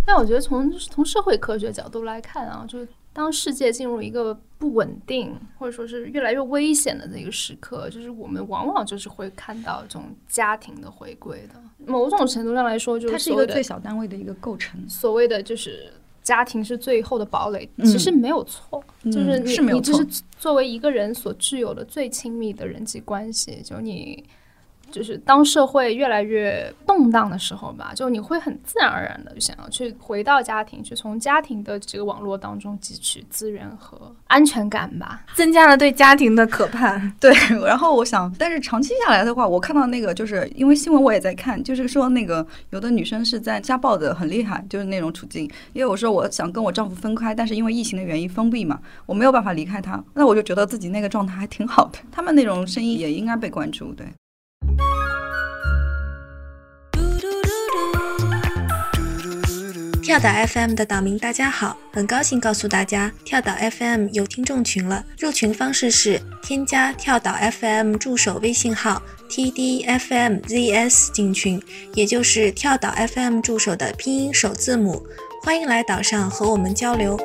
但我觉得从社会科学角度来看啊，就是当世界进入一个不稳定或者说是越来越危险的这个时刻，就是我们往往就是会看到这种家庭的回归的。某种程度上来说，就是它是一个最小单位的一个构成。 所谓的就是家庭是最后的堡垒，其实没有错，就是你这是作为一个人所具有的最亲密的人际关系，就是当社会越来越动荡的时候吧，就你会很自然而然的就想要去回到家庭，去从家庭的这个网络当中汲取资源和安全感吧， 增加了对家庭的渴盼。 对，然后我想，但是长期下来的话，我看到那个就是因为新闻我也在看，就是说那个有的女生是在家暴的很厉害，就是那种处境。因为我说我想跟我丈夫分开，但是因为疫情的原因封闭嘛，我没有办法离开他，那我就觉得自己那个状态还挺好的。他们那种声音也应该被关注，对。 跳岛 FM 的岛民大家好，很高兴告诉大家，跳岛 FM 有听众群了。入群方式是添加跳岛 FM 助手微信号 TDFMZS 进群，也就是跳岛 FM 助手的拼音首字母。欢迎来岛上和我们交流。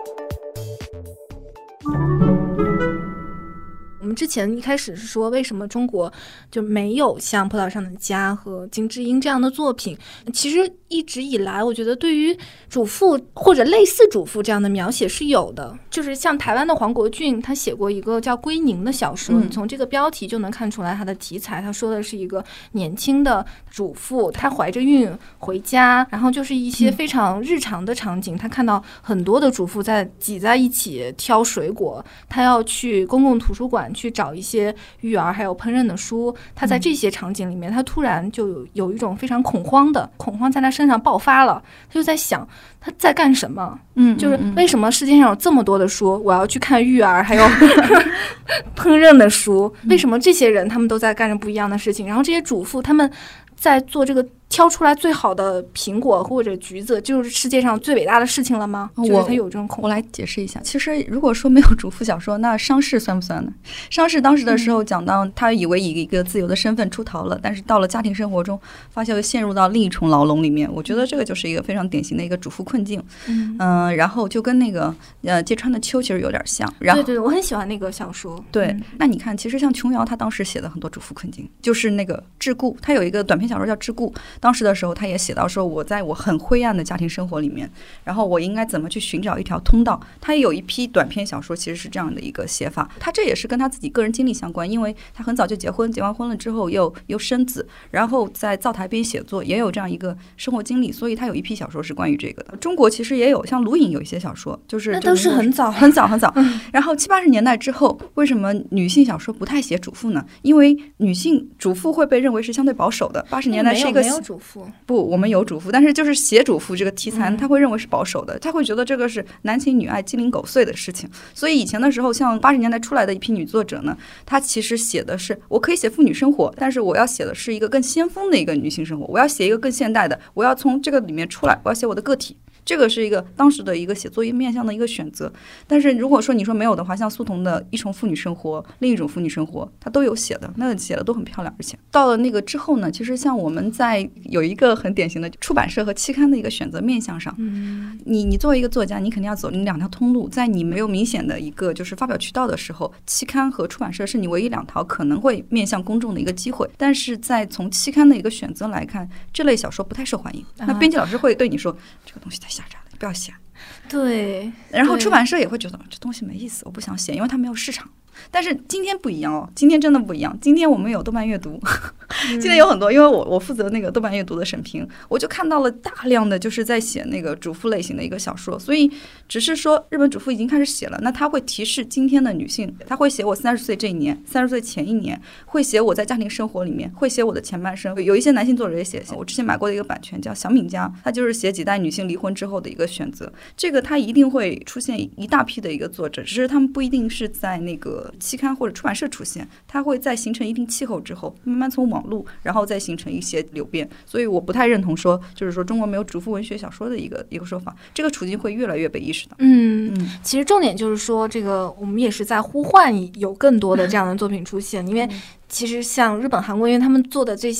我们之前一开始是说为什么中国就没有像《坡岛上的家》和金智英这样的作品，其实一直以来我觉得对于主妇或者类似主妇这样的描写是有的，就是像台湾的黄国俊，他写过一个叫《归宁》的小说，你从这个标题就能看出来他的题材，他说的是一个年轻的主妇，她怀着孕回家，然后就是一些非常日常的场景，他看到很多的主妇在挤在一起挑水果，他要去公共图书馆去找一些育儿还有烹饪的书，他在这些场景里面，他突然就有一种非常恐慌在他身上爆发了，他就在想他在干什么，就是为什么世界上有这么多的书，我要去看育儿还有烹饪的书，为什么这些人他们都在干着不一样的事情，然后这些主妇他们在做这个挑出来最好的苹果或者橘子就是世界上最伟大的事情了吗？就是他有这种恐慌。 我来解释一下，其实如果说没有主妇小说，那商事算不算呢？商事当时的时候讲到他以为以一个自由的身份出逃了，但是到了家庭生活中发现陷入到另一重牢笼里面，我觉得这个就是一个非常典型的一个主妇困境。然后就跟那个芥川的秋其实有点像。然后对，我很喜欢那个小说。 对，那你看其实像琼瑶她当时写的很多主妇困境，就是那个桎梏，她有一个短篇小说叫桎梏，当时的时候她也写到说我在我很灰暗的家庭生活里面，然后我应该怎么去寻找一条通道。她也有一批短篇小说其实是这样的一个写法，她这也是跟她自己个人经历相关，因为她很早就结完婚了之后又生子，然后在灶台边写作，也有这样一个生活经历，所以她有一批小说是关于这个的。中国其实也有像卢颖有一些小说，就是那都是很早然后70、80年代之后，为什么女性小说不太写主妇呢？因为女性主妇会被认为是相对保守的。80年代是一个没有主妇， 不，我们有主妇，但是就是写主妇这个题材，他会认为是保守的，他会觉得这个是男情女爱、鸡零狗碎的事情。所以以前的时候，像80年代出来的一批女作者呢，她其实写的是我可以写妇女生活，但是我要写的是一个更先锋的一个女性生活，我要写一个更现代的，我要从这个里面出来，我要写我的个体。这个是一个当时的一个写作面向的一个选择。但是如果说你说没有的话，像苏童的一重妇女生活、另一种妇女生活，他都有写的，那个写的都很漂亮。而且到了那个之后呢，其实像我们在有一个很典型的出版社和期刊的一个选择面向上，你作为一个作家，你肯定要走两条通路，在你没有明显的一个就是发表渠道的时候，期刊和出版社是你唯一两条可能会面向公众的一个机会。但是在从期刊的一个选择来看，这类小说不太受欢迎，那编辑老师会对你说这个东西太狭窄了，你不要写。 对， 然后出版社也会觉得这东西没意思，我不想写，因为它没有市场。但是今天不一样哦，今天真的不一样。今天我们有豆瓣阅读，今天有很多，因为我负责那个豆瓣阅读的审评，我就看到了大量的就是在写那个主妇类型的一个小说。所以只是说日本主妇已经开始写了，那他会提示今天的女性，他会写我30岁这一年，30岁前一年，会写我在家庭生活里面，会写我的前半生。有一些男性作者也写，我之前买过的一个版权叫小敏家，他就是写几代女性离婚之后的一个选择。这个他一定会出现一大批的一个作者，只是他们不一定是在那个期刊或者出版社出现，它会在形成一定气候之后，慢慢从网络，然后再形成一些流变。所以我不太认同说，就是说中国没有主妇文学小说的一个说法，这个处境会越来越被意识到。 其实重点就是说，这个我们也是在呼唤有更多的这样的作品出现，因为其实像日本、韩国，因为他们做的这些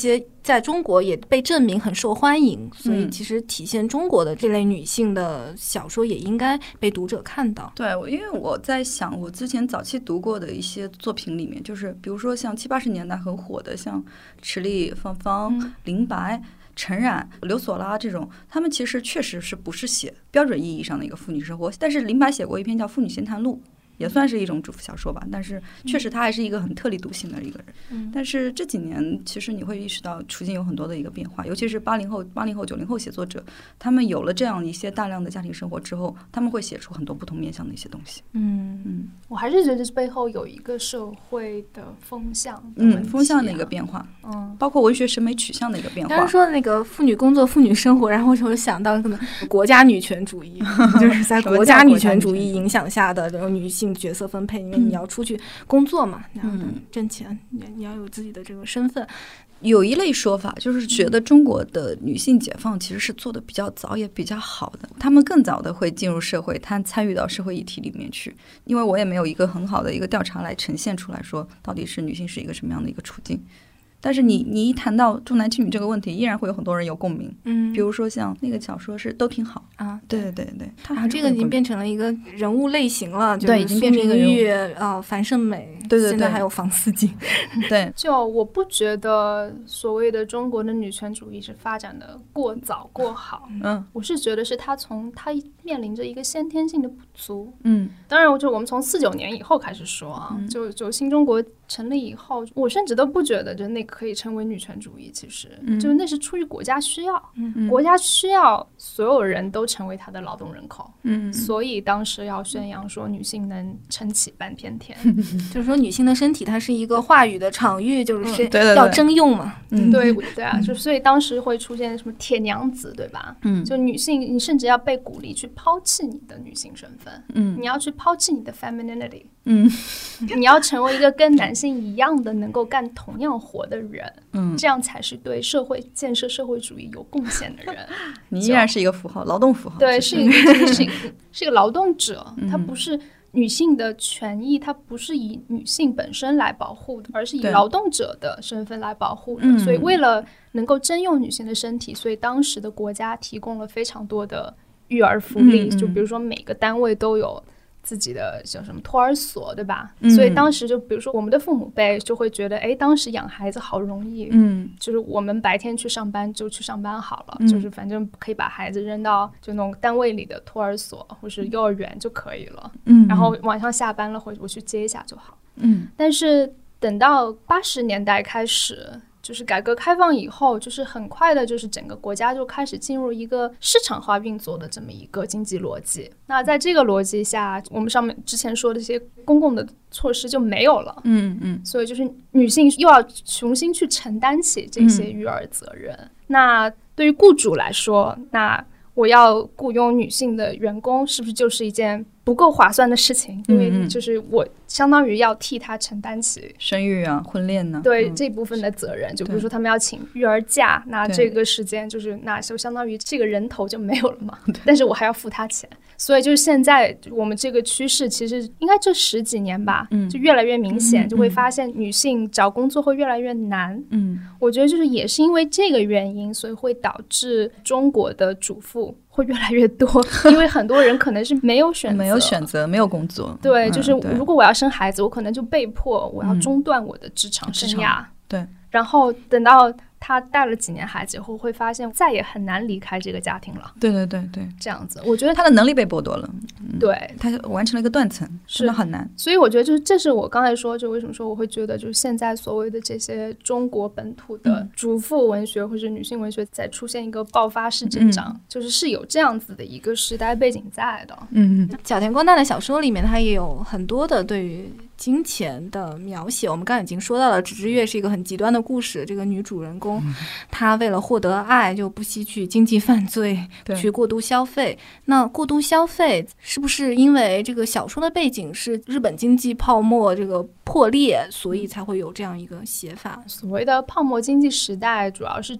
在中国也被证明很受欢迎，所以其实体现中国的这类女性的小说也应该被读者看到。 对，因为我在想我之前早期读过的一些作品里面，就是比如说像70、80年代很火的像池莉、芳芳、林白、陈冉、刘索拉这种，他们其实确实是不是写标准意义上的一个妇女生活，但是林白写过一篇叫《妇女闲谈录》，也算是一种主妇小说吧，但是确实他还是一个很特立独行的一个人。但是这几年其实你会意识到处境有很多的一个变化，尤其是80后、90后写作者，他们有了这样一些大量的家庭生活之后，他们会写出很多不同面向的一些东西。 我还是觉得这背后有一个社会的风向风向的一个变化，包括文学审美取向的一个变化。 刚才说那个妇女工作、妇女生活，然后我就想到可能国家女权主义，就是在国家女权主义影响下的这种女性角色分配，因为你要出去工作嘛，然后挣钱，你要有自己的这个身份。 有一类说法就是觉得中国的女性解放其实是做的比较早也比较好的，她们更早的会进入社会，她参与到社会议题里面去。因为我也没有一个很好的一个调查来呈现出来说到底是女性是一个什么样的一个处境，但是你一谈到重男轻女这个问题，依然会有很多人有共鸣。比如说像那个小说是都挺好啊，对， 它这个已经变成了一个人物类型了， 对，已经变成一个人物樊胜美， 对， 现在还有房思锦， 对。 就我不觉得所谓的中国的女权主义是发展的过早过好，我是觉得是它面临着一个先天性的不足。当然我们从49年以后开始说啊，就新中国成立以后，我甚至都不觉得就那可以称为女权主义，其实就那是出于国家需要，国家需要所有人都成为他的劳动人口，所以当时要宣扬说女性能撑起半片天， 就是说女性的身体它是一个话语的场域，就是要征用嘛。 对啊，就所以当时会出现什么铁娘子，对吧？就女性你甚至要被鼓励去抛弃你的女性身份，你要去抛弃你的 femininity，你要成为一个跟男性一样的能够干同样活的人，这样才是对社会建设社会主义有贡献的人。 你依然是一个符号，劳动符号。 对，是一个劳动者，他不是女性的权益，它不是以女性本身来保护的，而是以劳动者的身份来保护的。所以为了能够征用女性的身体，所以当时的国家提供了非常多的育儿福利，就比如说每个单位都有自己的叫什么托儿所，对吧？所以当时就比如说我们的父母辈就会觉得，哎，当时养孩子好容易，就是我们白天去上班就去上班好了，就是反正可以把孩子扔到就那种单位里的托儿所或是幼儿园就可以了，然后晚上下班了我去接一下就好。但是等到80年代开始，就是改革开放以后，就是很快的，就是整个国家就开始进入一个市场化运作的这么一个经济逻辑。那在这个逻辑下，我们上面之前说的这些公共的措施就没有了。所以就是女性又要重新去承担起这些育儿责任。那对于雇主来说，那我要雇佣女性的员工，是不是就是一件不够划算的事情？因为就是我相当于要替她承担起生育啊、婚恋呢， 对这部分的责任。就比如说他们要请育儿假，那这个时间就是那就相当于这个人头就没有了嘛。但是我还要付他钱，所以就是现在我们这个趋势其实应该这10几年吧，就越来越明显，就会发现女性找工作会越来越难。我觉得就是也是因为这个原因，所以会导致中国的主妇会越来越多，因为很多人可能是没有选择， 没有工作。 对，就是如果我要生孩子，我可能就被迫我要中断我的职场生涯。 对， 然后等到他带了几年孩子以后，会发现再也很难离开这个家庭了。 对， 这样子，我觉得他的能力被剥夺了。 对， 他完成了一个断层，真的很难。 所以我觉得就是这是我刚才说，就为什么说我会觉得就是现在所谓的这些中国本土的主妇文学或者女性文学在出现一个爆发式增长，就是有这样子的一个时代背景在的。 角田光代的小说里面，它也有很多的对于金钱的描写。我们刚才已经说到了，纸之月是一个很极端的故事，这个女主人公她为了获得爱就不惜去经济犯罪，去过度消费。那过度消费是不是因为这个小说的背景是日本经济泡沫这个破裂，所以才会有这样一个写法？ 所谓的泡沫经济时代主要是指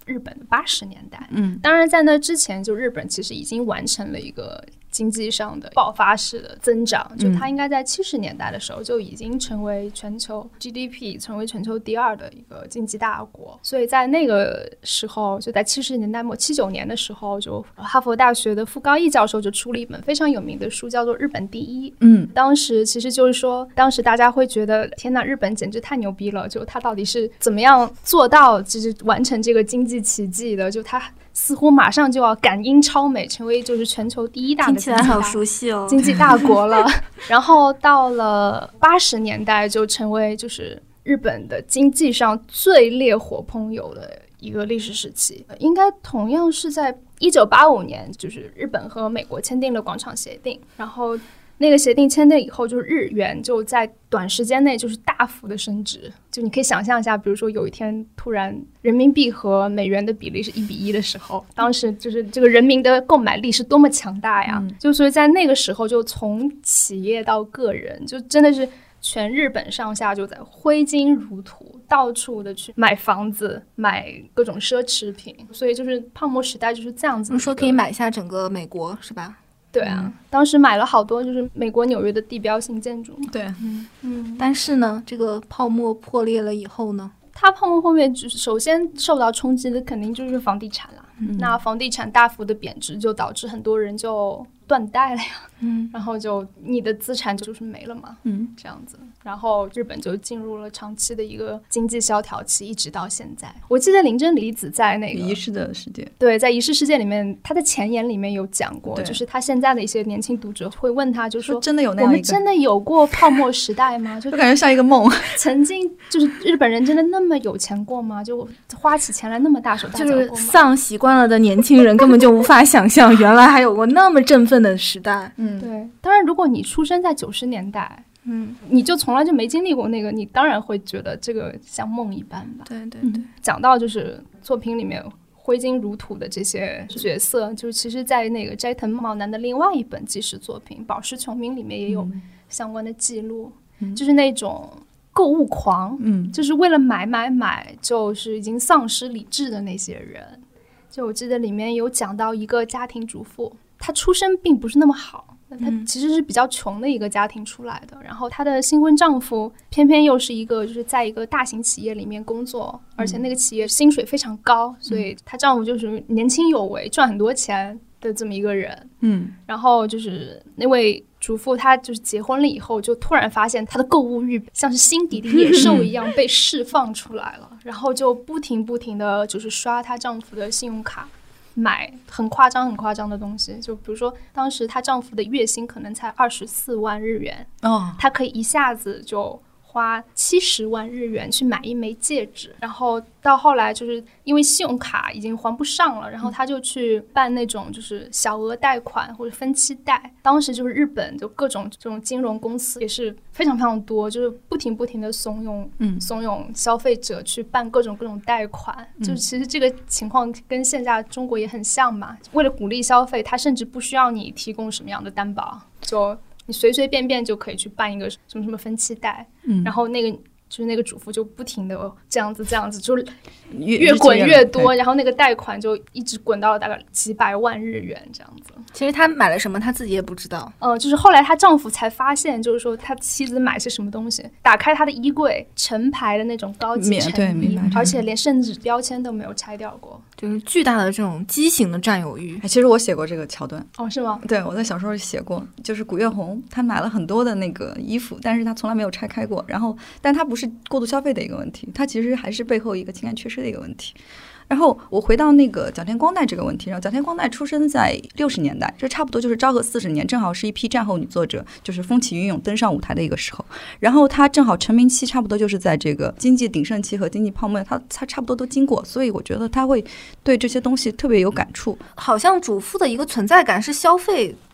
日本的80年代。当然在那之前，就日本其实已经完成了一个经济上的爆发式的增长，就它应该在70年代的时候就已经成为全球 GDP 成为全球第2的一个经济大国。所以在那个时候，就在70年代末79年的时候，就哈佛大学的傅高义教授就出了一本非常有名的书，叫做《日本第一》。当时其实就是说，当时大家会觉得天哪，日本简直太牛逼了，就他到底是怎么样做到就是完成这个经济奇迹的，就他似乎马上就要赶英超美，成为就是全球第1大的听起来好熟悉哦， 经济大国了。然后到了80年代，就成为就是日本的经济上最烈火烹油的一个历史时期。应该同样是在1985年，就是日本和美国签订了广场协定，然后那个协定签订以后，就是日元就在短时间内就是大幅的升值。就你可以想象一下，比如说有一天突然人民币和美元的比例是1:1的时候，当时就是这个人民的购买力是多么强大呀！就所以在那个时候，就从企业到个人，就真的是全日本上下就在挥金如土，到处的去买房子，买各种奢侈品。所以就是泡沫时代就是这样子。 你说可以买下整个美国是吧？ 对啊，当时买了好多就是美国纽约的地标性建筑。 对， 但是呢，这个泡沫破裂了以后呢， 它泡沫后面就是首先受到冲击的肯定就是房地产啦。那房地产大幅的贬值，就导致很多人就断贷了呀。然后就你的资产就是没了嘛。这样子，然后日本就进入了长期的一个经济萧条期，一直到现在。我记得林真理子在那个仪式的世界， 对，在仪式世界里面，他的前言里面有讲过，就是他现在的一些年轻读者会问他，就说真的有那样一个， 我们真的有过泡沫时代吗？就感觉像一个梦。 曾经就是日本人真的那么有钱过吗？就花起钱来那么大手大脚过吗？ 就是丧习惯了的年轻人根本就无法想象，原来还有过那么振奋的时代。 对。当然，如果你出生在90年代，你就从来就没经历过那个，你当然会觉得这个像梦一般吧。 对。 讲到就是作品里面挥金如土的这些角色，就是其实在那个斋藤茂男的另外一本纪实作品《宝石穷民》里面也有相关的记录，就是那种购物狂，就是为了买，就是已经丧失理智的那些人。就我记得里面有讲到一个家庭主妇，她出身并不是那么好，她其实是比较穷的一个家庭出来的，然后她的新婚丈夫偏偏又是一个就是在一个大型企业里面工作，而且那个企业薪水非常高，所以她丈夫就是年轻有为，赚很多钱的这么一个人。然后就是那位主妇，她就是结婚了以后，就突然发现她的购物欲像是心底的野兽一样被释放出来了，然后就不停的就是刷她丈夫的信用卡，买很夸张的东西。就比如说当时她丈夫的月薪可能才24万日元，她可以一下子就花70万日元去买一枚戒指，然后到后来就是因为信用卡已经还不上了，然后他就去办那种就是小额贷款或者分期贷。当时就是日本就各种这种金融公司也是非常多，就是不停的怂恿消费者去办各种贷款。就是其实这个情况跟现在中国也很像嘛，为了鼓励消费，他甚至不需要你提供什么样的担保，就你随便就可以去办一个什么分期贷。然后那个主妇就不停的这样子就越滚越多，然后那个贷款就一直滚到了大概几百万日元这样子。 其实她买了什么她自己也不知道。 就是后来她丈夫才发现，就是说她妻子买些什么东西，打开她的衣柜，成排的那种高级成衣，而且连甚至标签都没有拆掉过， 就是巨大的这种畸形的占有欲。 其实我写过这个桥段。 是吗？ 对，我在小时候写过，就是古月红她买了很多的那个衣服，但是她从来没有拆开过，然后但她不是过度消费的一个问题，她其实还是背后一个情感缺失的一个问题。然后我回到那个角田光代这个问题上，角田光代出生在60年代，这差不多就是昭和40年，正好是一批战后女作者就是风起云涌登上舞台的一个时候。然后她正好成名期差不多就是在这个经济鼎盛期和经济泡沫，她差不多都经过，所以我觉得她会对这些东西特别有感触。 好像主妇的一个存在感是消费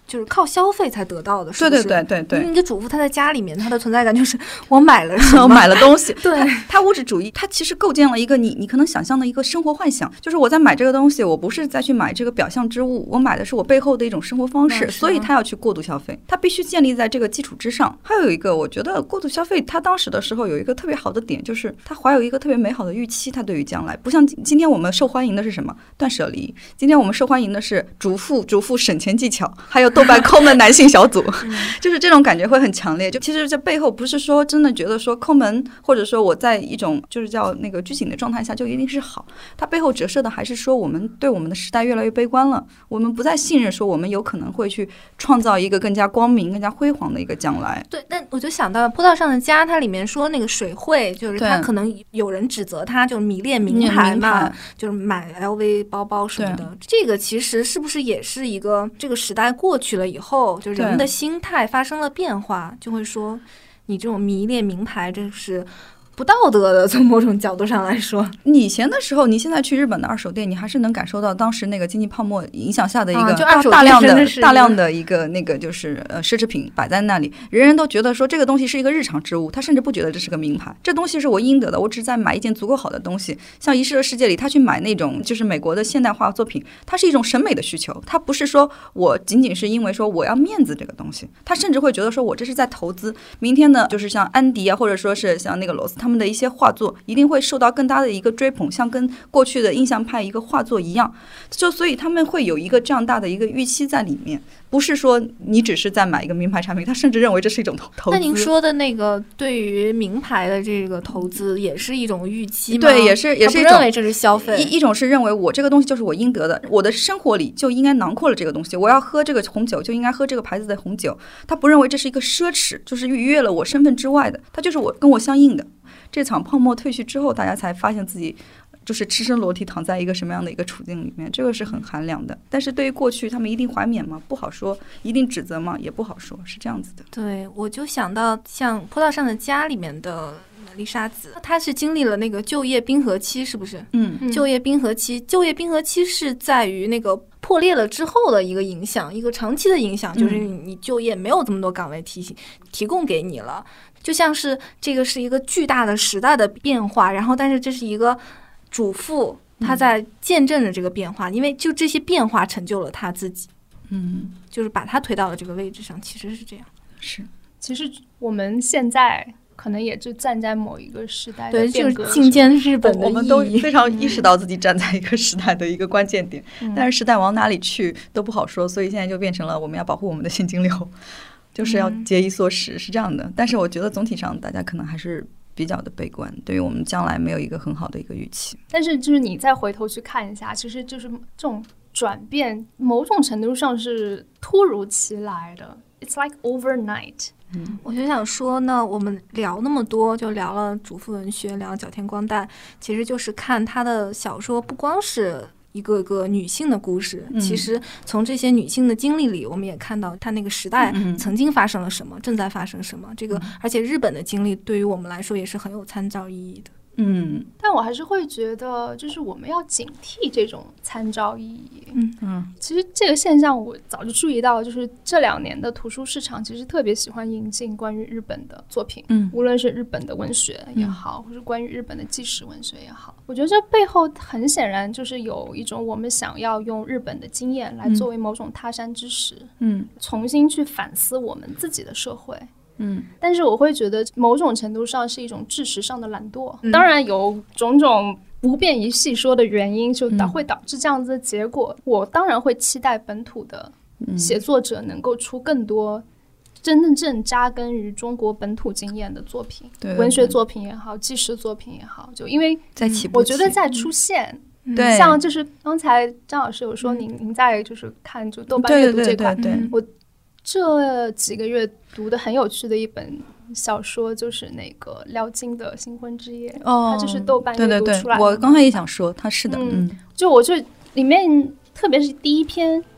就是靠消费才得到的，是不是？ 对。 一个主妇她在家里面，她的存在感就是我买了什么， 我买了东西。 对， 她物质主义，她其实构建了一个你可能想象的一个生活幻想，就是我在买这个东西，我不是再去买这个表象之物，我买的是我背后的一种生活方式，所以她要去过度消费，她必须建立在这个基础之上。还有一个，我觉得过度消费，她当时的时候有一个特别好的点，就是她怀有一个特别美好的预期，她对于将来，不像今天我们受欢迎的是什么？断舍离。今天我们受欢迎的是主妇省钱技巧，还有豆瓣抠门男性小组，就是这种感觉会很强烈。就其实这背后不是说真的觉得说抠门，或者说我在一种就是叫那个拘谨的状态下就一定是好，它背后折射的还是说我们对我们的时代越来越悲观了，我们不再信任说我们有可能会去创造一个更加光明更加辉煌的一个将来。 对，但我就想到坡道上的家，它里面说那个水会，就是它可能有人指责它就是迷恋名牌嘛，就是买 LV 包包什么的，这个其实是不是也是一个这个时代过去了以后，就人的心态发生了变化，就会说你这种迷恋名牌这是不道德的，从某种角度上来说。 你以前的时候，你现在去日本的二手店，你还是能感受到当时那个经济泡沫影响下的一个大量的一个那个就是奢侈品摆在那里，人人都觉得说这个东西是一个日常之物，他甚至不觉得这是个名牌，这东西是我应得的，我只是在买一件足够好的东西。像遗失的世界里，他去买那种就是美国的现代化作品，它是一种审美的需求，它不是说我仅仅是因为说我要面子这个东西，他甚至会觉得说我这是在投资，明天呢就是像安迪啊，或者说是像那个罗斯他们的一些画作一定会受到更大的一个追捧，像跟过去的印象派一个画作一样，就所以他们会有一个这样大的一个预期在里面，不是说你只是在买一个名牌产品，他甚至认为这是一种投资。 那您说的那个对于名牌的这个投资也是一种预期吗？ 对，也是一种认为这是消费。 一种是认为我这个东西就是我应得的，我的生活里就应该囊括了这个东西，我要喝这个红酒就应该喝这个牌子的红酒，他不认为这是一个奢侈，就是逾越了我身份之外的，它就是我跟我相应的。这场泡沫退去之后，大家才发现自己就是赤身裸体躺在一个什么样的一个处境里面，这个是很寒凉的。但是对于过去，他们一定怀缅吗？不好说。一定指责吗？也不好说，是这样子的。 对，我就想到像坡道上的家里面的丽莎子，她是经历了那个就业冰河期，是不是？就业冰河期是在于那个破裂了之后的一个影响，一个长期的影响，就是你就业没有这么多岗位提供给你了，就像是这个是一个巨大的时代的变化，然后但是这是一个主妇她在见证着这个变化，因为就这些变化成就了她自己，就是把她推到了这个位置上，其实是这样。 是， 其实我们现在可能也就站在某一个时代的变革， 对，就是觐见日本的意义， 我们都非常意识到自己站在一个时代的一个关键点，但是时代往哪里去都不好说，所以现在就变成了我们要保护我们的现金流，就是要节衣缩食，是这样的。但是我觉得总体上大家可能还是比较的悲观，对于我们将来没有一个很好的一个预期。 但是就是你再回头去看一下，其实就是这种转变某种程度上是突如其来的， It's like overnight。 我就想说呢，我们聊那么多，就聊了主妇文学，聊了角田光代，其实就是看他的小说不光是一个个女性的故事，其实从这些女性的经历里，我们也看到她那个时代曾经发生了什么，正在发生什么。这个，而且日本的经历对于我们来说也是很有参照意义的。 但我还是会觉得，就是我们要警惕这种参照意义。其实这个现象我早就注意到，就是这2年的图书市场其实特别喜欢引进关于日本的作品，无论是日本的文学也好，或是关于日本的纪实文学也好，我觉得这背后很显然就是有一种我们想要用日本的经验来作为某种他山之石，重新去反思我们自己的社会。但是我会觉得某种程度上是一种知识上的懒惰，当然有种种不便于细说的原因，就会导致这样子的结果。我当然会期待本土的写作者能够出更多真正扎根于中国本土经验的作品，文学作品也好，纪实作品也好，就因为我觉得在出现。像就是刚才张老师有说您在就是看就豆瓣阅读这块，我这几个月读的很有趣的一本小说就是那个廖金的《新婚之夜》，它就是豆瓣阅读出来的。 我刚才也想说它是的， 我就里面特别是第一篇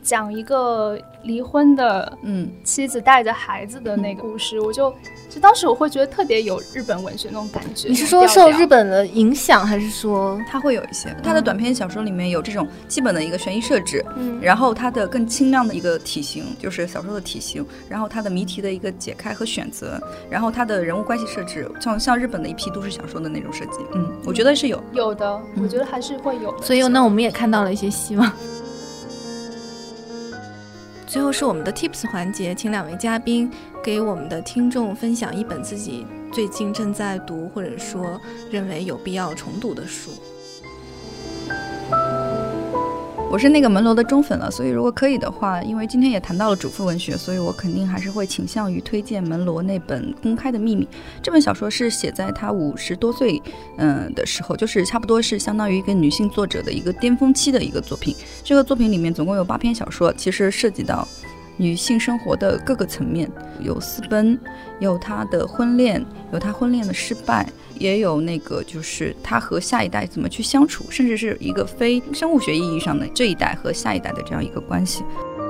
讲一个离婚的妻子带着孩子的那个故事，就当时我会觉得特别有日本文学那种感觉。 你是说受日本的影响，还是说它会有一些它的短篇小说里面有这种基本的一个悬疑设置，然后它的更轻量的一个体型，就是小说的体型，然后它的谜题的一个解开和选择，然后它的人物关系设置，像日本的一批都市小说的那种设计，我觉得是有的，我觉得还是会有的。 所以那我们也看到了一些希望。最后是我们的 Tips 环节，请2位嘉宾给我们的听众分享一本自己最近正在读或者说认为有必要重读的书。 我是那个门罗的忠粉了，所以如果可以的话，因为今天也谈到了主妇文学，所以我肯定还是会倾向于推荐门罗那本《公开的秘密》。这本小说是写在他50多岁的时候，就是差不多是相当于一个女性作者的一个巅峰期的一个作品。这个作品里面总共有8篇小说，其实涉及到女性生活的各个层面，有私奔，有她的婚恋，有她婚恋的失败，也有那个就是她和下一代怎么去相处，甚至是一个非生物学意义上的这一代和下一代的这样一个关系。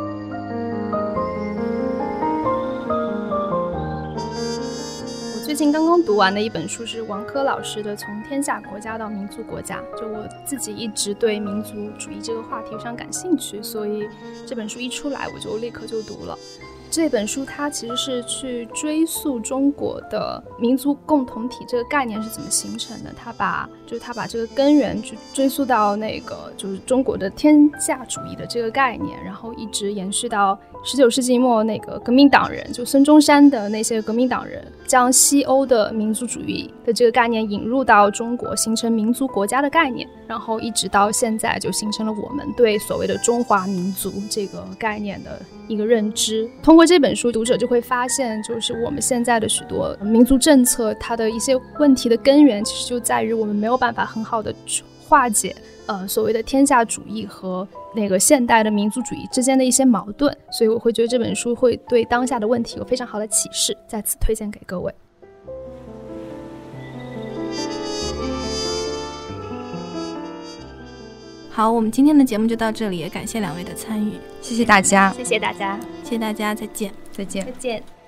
最近刚刚读完的一本书是王珂老师的《从天下国家到民族国家》，就我自己一直对民族主义这个话题非常感兴趣，所以这本书一出来我就立刻就读了。这本书它其实是去追溯中国的民族共同体这个概念是怎么形成的，他把这个根源去追溯到那个就是中国的天下主义的这个概念，然后一直延续到19世纪末那个革命党人，就孙中山的那些革命党人将西欧的民族主义的这个概念引入到中国，形成民族国家的概念，然后一直到现在就形成了我们对所谓的中华民族这个概念的一个认知。通过这本书，读者就会发现，就是我们现在的许多民族政策，它的一些问题的根源，其实就在于我们没有办法很好的化解所谓的天下主义和那个现代的民族主义之间的一些矛盾，所以我会觉得这本书会对当下的问题有非常好的启示，在此推荐给各位。 好，我们今天的节目就到这里，也感谢2位的参与， 谢谢大家， 谢谢大家， 谢谢大家，再见， 再见， 再见。